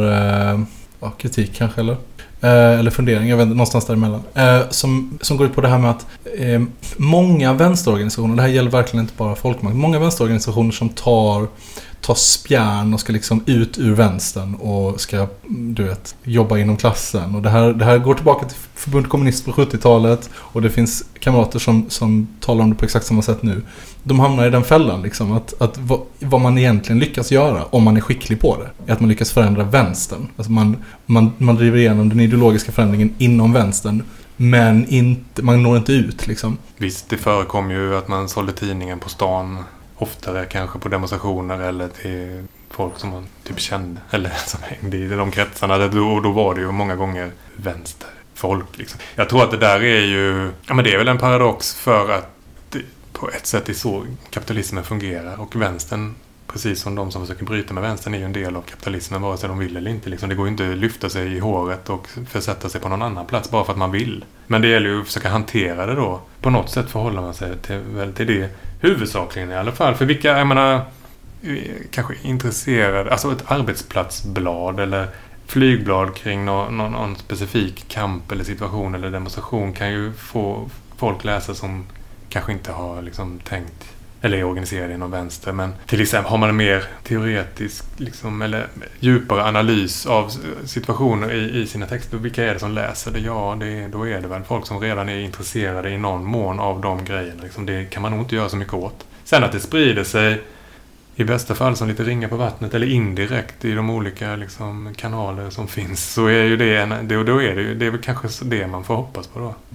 ja, kritik kanske, eller? Eh, eller fundering, jag vet inte, någonstans däremellan. Eh, som, som går ut på det här med att eh, många vänsterorganisationer, det här gäller verkligen inte bara folkmakt, många vänsterorganisationer som tar, tar spjärn och ska liksom ut ur vänstern och ska, du vet, jobba inom klassen. Och det här, det här går tillbaka till Förbundet Kommunist på sjuttiotalet och det finns kamrater som, som talar om det på exakt samma sätt nu. De hamnar i den fällan liksom, att, att vad, vad man egentligen lyckas göra om man är skicklig på det är att man lyckas förändra vänstern. Alltså man, man, man driver igenom den ideologiska förändringen inom vänstern, men inte, man når inte ut liksom. Visst, det förekom ju att man sålde tidningen på stan oftare, kanske på demonstrationer eller till folk som man typ kände eller som hängde i de kretsarna. Och då var det ju många gånger vänsterfolk liksom. Jag tror att det där är ju, ja men det är väl en paradox för att det, på ett sätt är så kapitalismen fungerar, och vänstern, precis som de som försöker bryta med vänstern, är ju en del av kapitalismen vare sig de vill eller inte liksom. Det går ju inte att lyfta sig i håret och försätta sig på någon annan plats bara för att man vill. Men det gäller ju att försöka hantera det då. På något sätt förhåller man sig till, väl, till det huvudsakligen i alla fall. För vilka, jag menar, kanske intresserade, alltså ett arbetsplatsblad eller flygblad kring någon, någon, någon specifik kamp eller situation eller demonstration kan ju få folk läsa som kanske inte har liksom tänkt eller är organiserade inom vänster, men till exempel har man en mer teoretisk liksom, eller djupare analys av situationer i, i sina texter. Vilka är det som läser det? Ja, det, då är det väl folk som redan är intresserade i någon mån av de grejerna. Liksom, det kan man nog inte göra så mycket åt. Sen att det sprider sig i bästa fall som lite ringar på vattnet eller indirekt i de olika liksom, kanaler som finns, så är ju det, en, det och då är det ju, det är väl kanske det man får hoppas på då.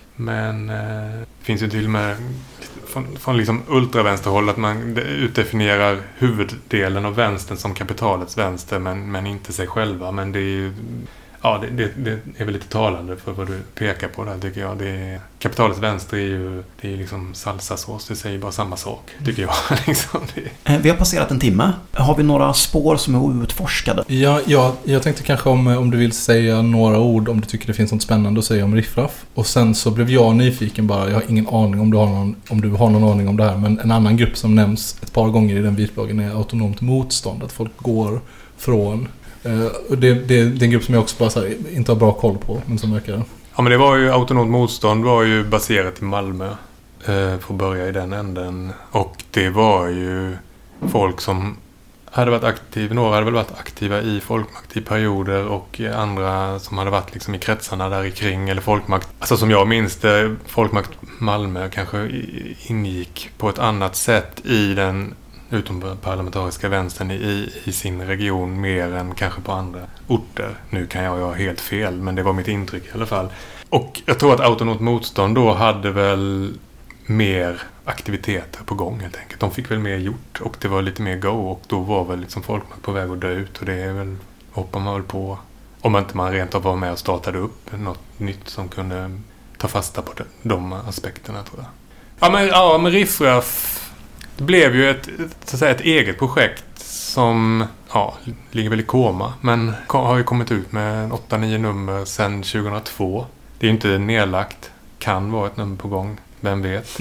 Men eh, det finns ju till och med från, från liksom ultravänsterhåll att man utdefinierar huvuddelen av vänstern som kapitalets vänster, men, men inte sig själva. Men det är ju, ja, det, det, det är väl lite talande för vad du pekar på där, tycker jag. Det är, kapitalets vänster är ju, det är liksom salsasås, det säger bara samma sak, tycker jag. liksom det. Vi har passerat en timme. Har vi några spår som är outforskade? Ja, ja, jag tänkte kanske om, om du vill säga några ord, om du tycker det finns något spännande att säga om riffraff. Och sen så blev jag nyfiken bara, jag har ingen aning om du har någon, om du har någon aning om det här, men en annan grupp som nämns ett par gånger i den vitbloggen är autonomt motstånd, att folk går från. Uh, det, det, det är en grupp som jag också bara så här, inte har bra koll på, men som verkar. Ja, men det var ju, autonomt motstånd var ju baserat i Malmö, eh, för att börja i den änden. Och det var ju folk som hade varit aktiva, några hade väl varit aktiva i folkmakt i perioder och andra som hade varit liksom i kretsarna där i kring, eller folkmakt. Alltså som jag minns det, folkmakt Malmö kanske ingick på ett annat sätt i den utom parlamentariska vänstern i, i sin region mer än kanske på andra orter. Nu kan jag ju ha helt fel, men det var mitt intryck i alla fall. Och jag tror att autonomt motstånd då hade väl mer aktiviteter på gång helt enkelt. De fick väl mer gjort och det var lite mer go, och då var väl liksom folkmakt på väg att dö ut, och det är väl, hoppar man väl på, om inte man rent av var med och startade upp något nytt som kunde ta fasta på de, de aspekterna, tror jag. Ja, men, ja, men riffraff, det blev ju ett, så att säga, ett eget projekt som ja, ligger väl i koma, men har ju kommit ut med åtta nio nummer sedan tjugohundratvå. Det är ju inte nedlagt, kan vara ett nummer på gång, vem vet.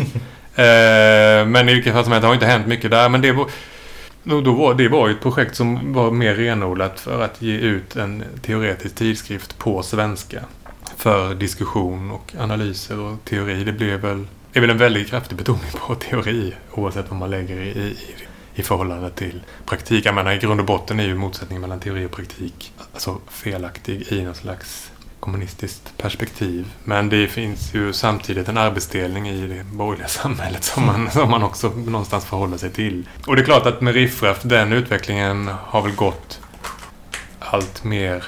eh, men i vilket fall som helst, det har inte hänt mycket där, men det var, då var, det var ju ett projekt som var mer renodlat för att ge ut en teoretisk tidskrift på svenska för diskussion och analyser och teori. Det blev väl Det är väl en väldigt kraftig betoning på teori, oavsett vad man lägger i, i, i förhållande till praktik. Jag menar, i grund och botten är ju motsättningen mellan teori och praktik alltså felaktig i någon slags kommunistiskt perspektiv. Men det finns ju samtidigt en arbetsdelning i det borgerliga samhället som man, som man också någonstans förhåller sig till. Och det är klart att med riffraff, den utvecklingen har väl gått allt mer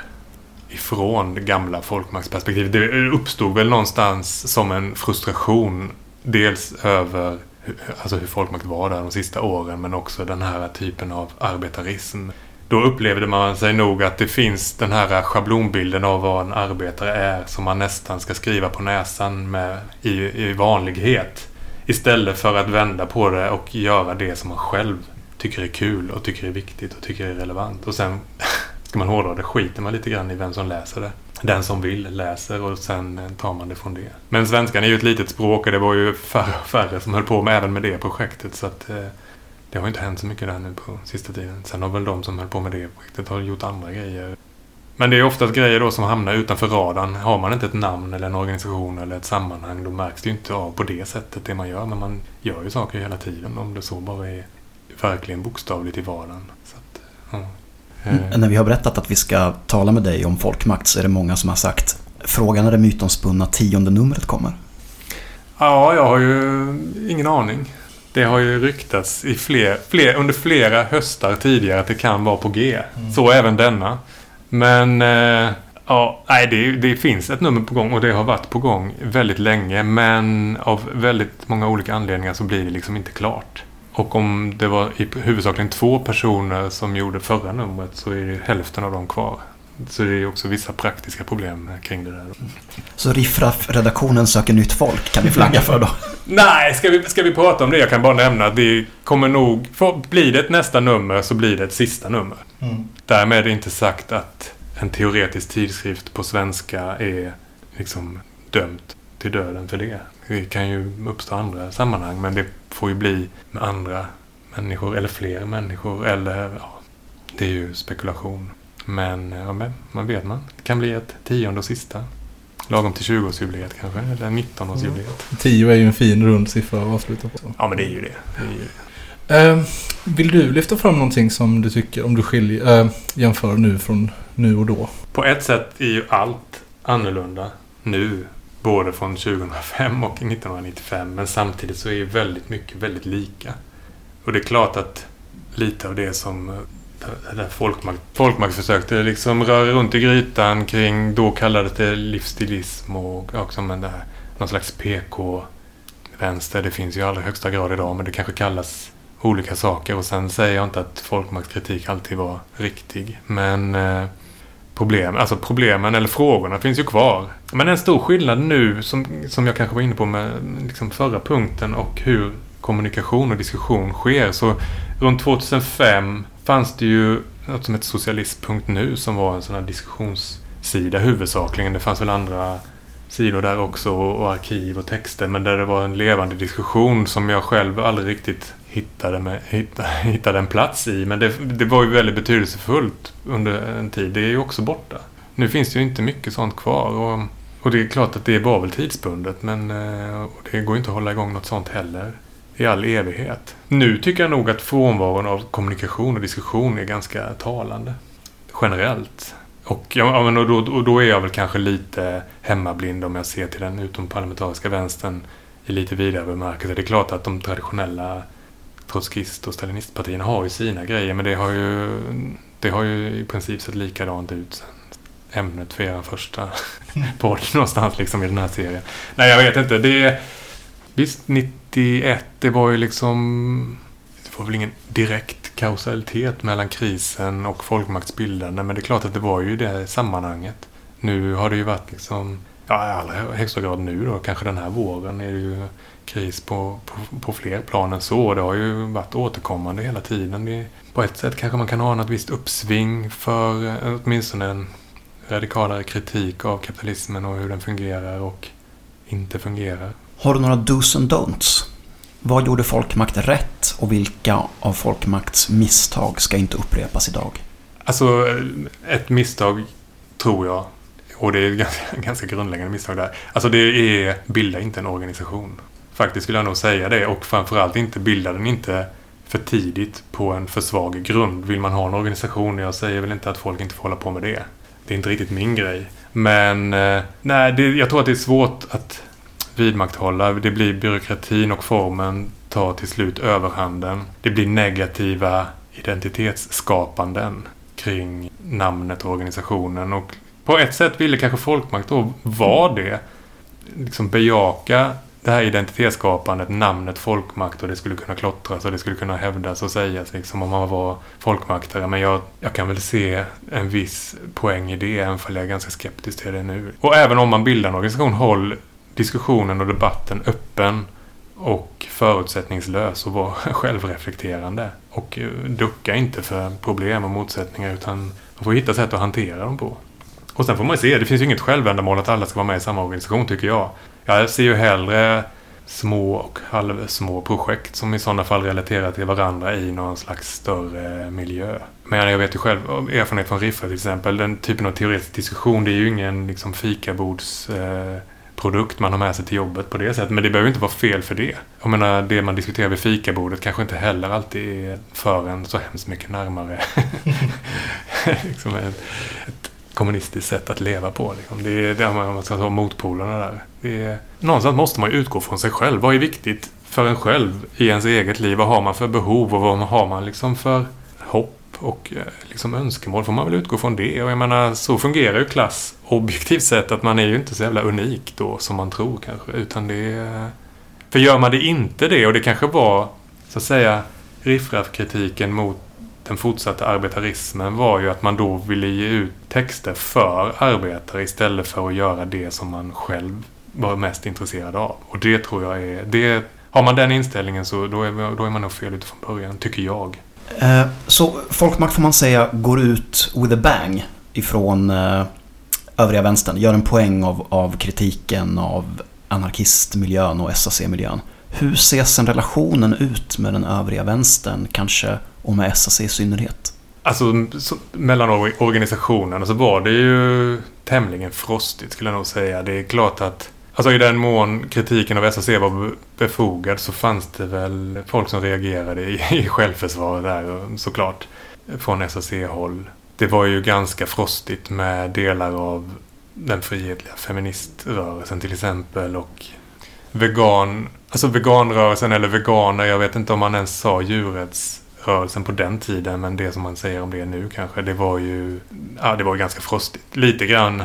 ifrån det gamla folkmaktsperspektivet. Det uppstod väl någonstans som en frustration, dels över alltså hur folkmakt var där de sista åren, men också den här typen av arbetarism. Då upplevde man sig nog att det finns den här schablonbilden av vad en arbetare är som man nästan ska skriva på näsan med i, i vanlighet, istället för att vända på det och göra det som man själv tycker är kul och tycker är viktigt och tycker är relevant. Och sen ska man hårdra det, skiter man lite grann i vem som läser det. Den som vill läser, och sen tar man det från det. Men svenskan är ju ett litet språk, och det var ju färre och färre som höll på med även med det projektet. Så att, eh, det har inte hänt så mycket där nu på sista tiden. Sen har väl de som höll på med det projektet har gjort andra grejer. Men det är oftast grejer då som hamnar utanför radarn. Har man inte ett namn eller en organisation eller ett sammanhang, då märks det ju inte av på det sättet det man gör. Men man gör ju saker hela tiden, om det så bara är verkligen bokstavligt i vardagen. Så att, ja. Mm. När vi har berättat att vi ska tala med dig om folkmakt, så är det många som har sagt, frågan när det mytomspunna tionde numret kommer. Ja, jag har ju ingen aning. Det har ju ryktats i fler, fler, under flera höstar tidigare att det kan vara på G. Mm. Så även denna. Men eh, ja, nej, det, det finns ett nummer på gång, och det har varit på gång väldigt länge. Men av väldigt många olika anledningar så blir det liksom inte klart. Och om det var i huvudsakligen två personer som gjorde förra numret, så är det hälften av dem kvar. Så det är också vissa praktiska problem kring det där. Så Riffraff-redaktionen söker nytt folk, kan vi flagga för då? Nej, ska vi, ska vi prata om det? Jag kan bara nämna att det kommer nog... För, blir det ett nästa nummer, så blir det ett sista nummer. Mm. Därmed är det inte sagt att en teoretisk tidskrift på svenska är liksom dömt till döden för det. Det kan ju uppstå andra sammanhang, men det får ju bli med andra människor eller fler människor, eller ja, det är ju spekulation. Men, ja, men man vet man. Det kan bli ett tionde och sista. Lagom till tjugo-årsjubileet kanske, eller nitton-årsjubileet. Mm. tio är ju en fin rund siffra att avsluta på. Ja, men det är ju det. det, är ju det. Uh, vill du lyfta fram någonting som du tycker, om du skiljer, uh, jämför nu från nu och då? På ett sätt är ju allt annorlunda nu, både från tjugohundrafem och nittonhundranittiofem, men samtidigt så är ju väldigt mycket väldigt lika. Och det är klart att lite av det som där folkmakt, folkmakt försökte liksom röra runt i grytan kring, då kallades det livsstilism och också med det här, någon slags P K-vänster. Det finns ju i allra högsta grad idag, men det kanske kallas olika saker. Och sen säger jag inte att folkmaktskritik alltid var riktig, men eh, problem, alltså problemen eller frågorna finns ju kvar. Men en stor skillnad nu som, som jag kanske var inne på med liksom förra punkten och hur kommunikation och diskussion sker. Så runt tjugohundrafem fanns det ju något som heter socialist punkt nu som var en sån här diskussionssida huvudsakligen. Det fanns väl andra sidor där också och arkiv och texter, men där det var en levande diskussion som jag själv aldrig riktigt hittade, med, hittade, hittade en plats i. Men det, det var ju väldigt betydelsefullt under en tid. Det är ju också borta. Nu finns det ju inte mycket sånt kvar och, och det är klart att det var väl tidsbundet, men och det går inte att hålla igång något sånt heller i all evighet. Nu tycker jag nog att frånvaron av kommunikation och diskussion är ganska talande. Generellt. Och, ja, och, då, och då är jag väl kanske lite hemmablind om jag ser till den utomparlamentariska vänstern i lite vidare bemärkelse. Det är klart att de traditionella trotskist- och stalinistpartierna har ju sina grejer, men det har ju, det har ju i princip sett likadant ut sen ämnet för er första podd någonstans liksom i den här serien. Nej, jag vet inte. Det är visst, nittioett, det var ju liksom, det var väl ingen direkt kausalitet mellan krisen och folkmaktsbildande, men det är klart att det var ju det sammanhanget. Nu har det ju varit liksom, ja, i allra högsta grad nu då, kanske den här våren är det ju kris på, på, på fler plan än så. Det har ju varit återkommande hela tiden. Det, på ett sätt kanske man kan ha ett visst uppsving för åtminstone en radikalare kritik av kapitalismen och hur den fungerar och inte fungerar. Har du några do's and don'ts? Vad gjorde folkmakt rätt och vilka av folkmakts misstag ska inte upprepas idag? Alltså, ett misstag tror jag, och det är ett ganska, ganska grundläggande misstag där. Alltså det är, bilda inte en organisation. Faktiskt skulle jag nog säga det, och framförallt inte bilda den inte för tidigt på en för svag grund. Vill man ha en organisation, jag säger väl inte att folk inte får hålla på med det. Det är inte riktigt min grej. Men nej, det, jag tror att det är svårt att vidmakthålla. Det blir byråkratin och formen tar till slut överhanden. Det blir negativa identitetsskapanden kring namnet och organisationen. Och på ett sätt ville kanske folkmakt då vara det. Liksom bejaka det här identitetsskapandet, namnet folkmakt, och det skulle kunna klottras och det skulle kunna hävdas och sägas liksom om man var folkmaktare. Men jag, jag kan väl se en viss poäng i det, även om jag är ganska skeptisk till det nu. Och även om man bildar en organisation, håll diskussionen och debatten öppen och förutsättningslös och vara självreflekterande. Och ducka inte för problem och motsättningar, utan man får hitta sätt att hantera dem på. Och sen får man se, det finns ju inget självändamål att alla ska vara med i samma organisation, tycker jag. Jag ser ju hellre små och halvsmå projekt som i sådana fall relaterar till varandra i någon slags större miljö. Men jag vet ju själv, erfarenhet från RIFFA till exempel, den typen av teoretisk diskussion, det är ju ingen liksom fikabords eh, produkt man har med sig till jobbet på det sättet, men det behöver inte vara fel för det. Jag menar, det man diskuterar vid fikabordet kanske inte heller alltid är för en så hemskt mycket närmare liksom ett, ett kommunistiskt sätt att leva på. Liksom. Det är där man ska ta motpolerna där. Det är, någonstans måste man utgå från sig själv. Vad är viktigt för en själv i ens eget liv? Vad har man för behov och vad har man liksom för hopp och liksom önskemål? Får man väl utgå från det. Och jag menar, så fungerar ju klass objektivt sett, att man är ju inte så jävla unik då som man tror kanske. Utan det är, för gör man det inte det, och det kanske var så att säga riffraff-kritiken mot den fortsatta arbetarismen var ju att man då ville ge ut texter för arbetare istället för att göra det som man själv var mest intresserad av. Och det tror jag är, det, har man den inställningen så då är, då är man nog fel utifrån början, tycker jag. Eh, så folkmakt får man säga går ut with a bang ifrån eh, övriga vänstern. Gör en poäng av, av kritiken av anarkistmiljön och S A C-miljön. Hur ser sen relationen ut med den övriga vänstern, kanske, och med S A C i synnerhet? alltså så, mellan organisationerna så var det ju tämligen frostigt skulle jag nog säga. Det är klart att alltså i den mån kritiken av S A C var befogad så fanns det väl folk som reagerade i, i självförsvar där såklart från S A C-håll. Det var ju ganska frostigt med delar av den frihetliga feministrörelsen till exempel och vegan, alltså veganrörelsen eller veganer, jag vet inte om man ens sa djurrättsrörelsen på den tiden, men det som man säger om det nu kanske, det var ju ja, det var ganska frostigt. Lite grann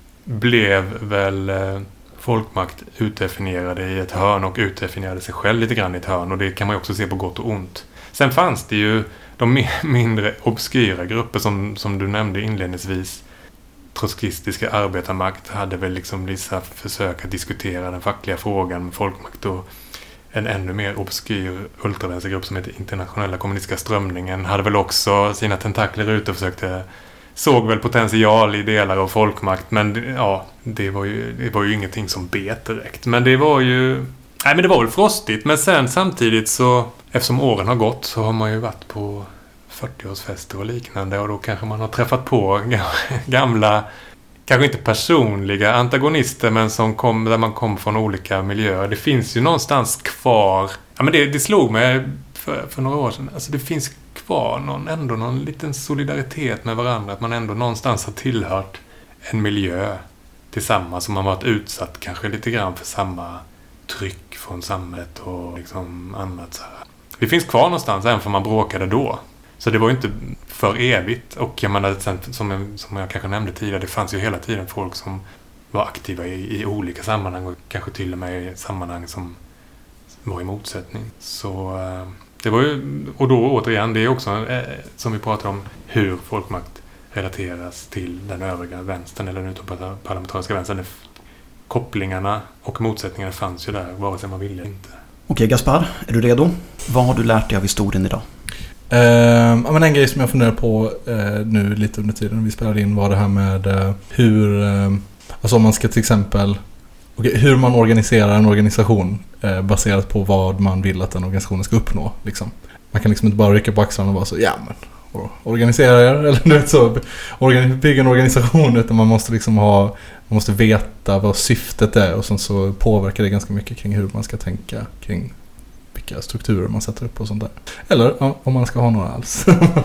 blev väl eh, folkmakt utdefinierade i ett hörn och utdefinierade sig själv lite grann i ett hörn, och det kan man ju också se på gott och ont. Sen fanns det ju de mindre obskyra grupper som, som du nämnde inledningsvis. Trotskistiska arbetarmakt hade väl liksom vissa försök att diskutera den fackliga frågan med folkmakt, och en ännu mer obskyr ultravänstergrupp som heter Internationella kommunistiska strömningen hade väl också sina tentakler ute och försökte såg väl potential i delar av folkmakt, men ja, det var ju det var ju ingenting som bet direkt, men det var ju nej men det var väl frostigt, men sen samtidigt så eftersom åren har gått så har man ju varit på fyrtioårsfester och liknande, och då kanske man har träffat på gamla, kanske inte personliga antagonister, men som kom, där man kom från olika miljöer. Det finns ju någonstans kvar, ja men det, det slog mig för, för några år sedan, alltså det finns kvar någon, ändå någon liten solidaritet med varandra, att man ändå någonstans har tillhört en miljö tillsammans, som man varit utsatt kanske lite grann för samma tryck från samhället och liksom annat så här. Det finns kvar någonstans även för man bråkade då. Så det var ju inte för evigt. Och jag menar, som, jag, som jag kanske nämnde tidigare, det fanns ju hela tiden folk som var aktiva i, i olika sammanhang, och kanske till och med i sammanhang som var i motsättning. Så det var ju, och då återigen, det är också eh, som vi pratar om, hur folkmakt relateras till den övriga vänstern eller den utomparlamentariska vänstern. Kopplingarna och motsättningarna fanns ju där, vare sig man ville eller inte. Okej Gaspar, är du redo? Vad har du lärt dig av historien idag? Uh, ja, men en grej som jag funderar på uh, nu lite under tiden vi spelade in var det här med uh, hur, uh, alltså om man ska till exempel, okay, hur man organiserar en organisation uh, baserat på vad man vill att den organisationen ska uppnå. Liksom. Man kan liksom inte bara rycka på axlarna och vara så, ja men organisera er, eller nu så bygga en organisation, utan man måste liksom ha, man måste veta vad syftet är, och sen så påverkar det ganska mycket kring hur man ska tänka kring vilka strukturer man sätter upp och sånt där. Eller ja, om man ska ha några alls.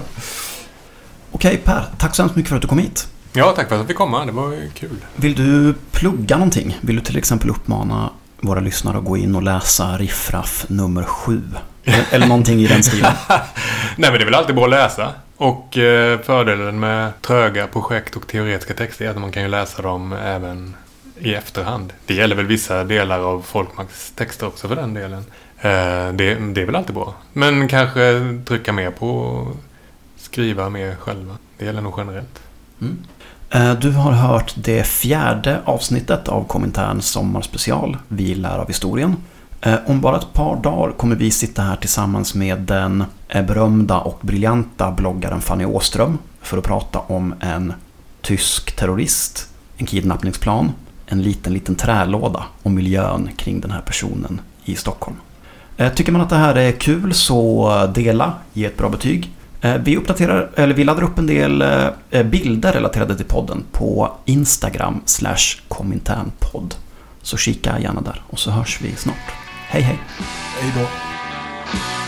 Okej Per, tack så hemskt mycket för att du kom hit. Ja, tack för att vi kom. Det var ju kul. Vill du plugga någonting? Vill du till exempel uppmana våra lyssnare att gå in och läsa Riffraff nummer sju? Eller, eller någonting i den stilen? Nej, men det är väl alltid bra att läsa. Och eh, fördelen med tröga projekt och teoretiska texter är att man kan ju läsa dem även i efterhand. Det gäller väl vissa delar av folkmaktstexter också för den delen. Eh, det, det är väl alltid bra. Men kanske trycka mer på skriva mer själva. Det gäller nog generellt. Mm. Eh, du har hört det fjärde avsnittet av Komintern sommarspecial. Vi lär av historien. Om bara ett par dagar kommer vi sitta här tillsammans med den berömda och briljanta bloggaren Fanny Åström för att prata om en tysk terrorist, en kidnappningsplan, en liten liten trälåda och miljön kring den här personen i Stockholm. Tycker man att det här är kul så dela, ge ett bra betyg. Vi uppdaterar, eller vi laddar upp en del bilder relaterade till podden på Instagram slash kominternpodd. Så kika gärna där och så hörs vi snart. Hej hej! Hej då!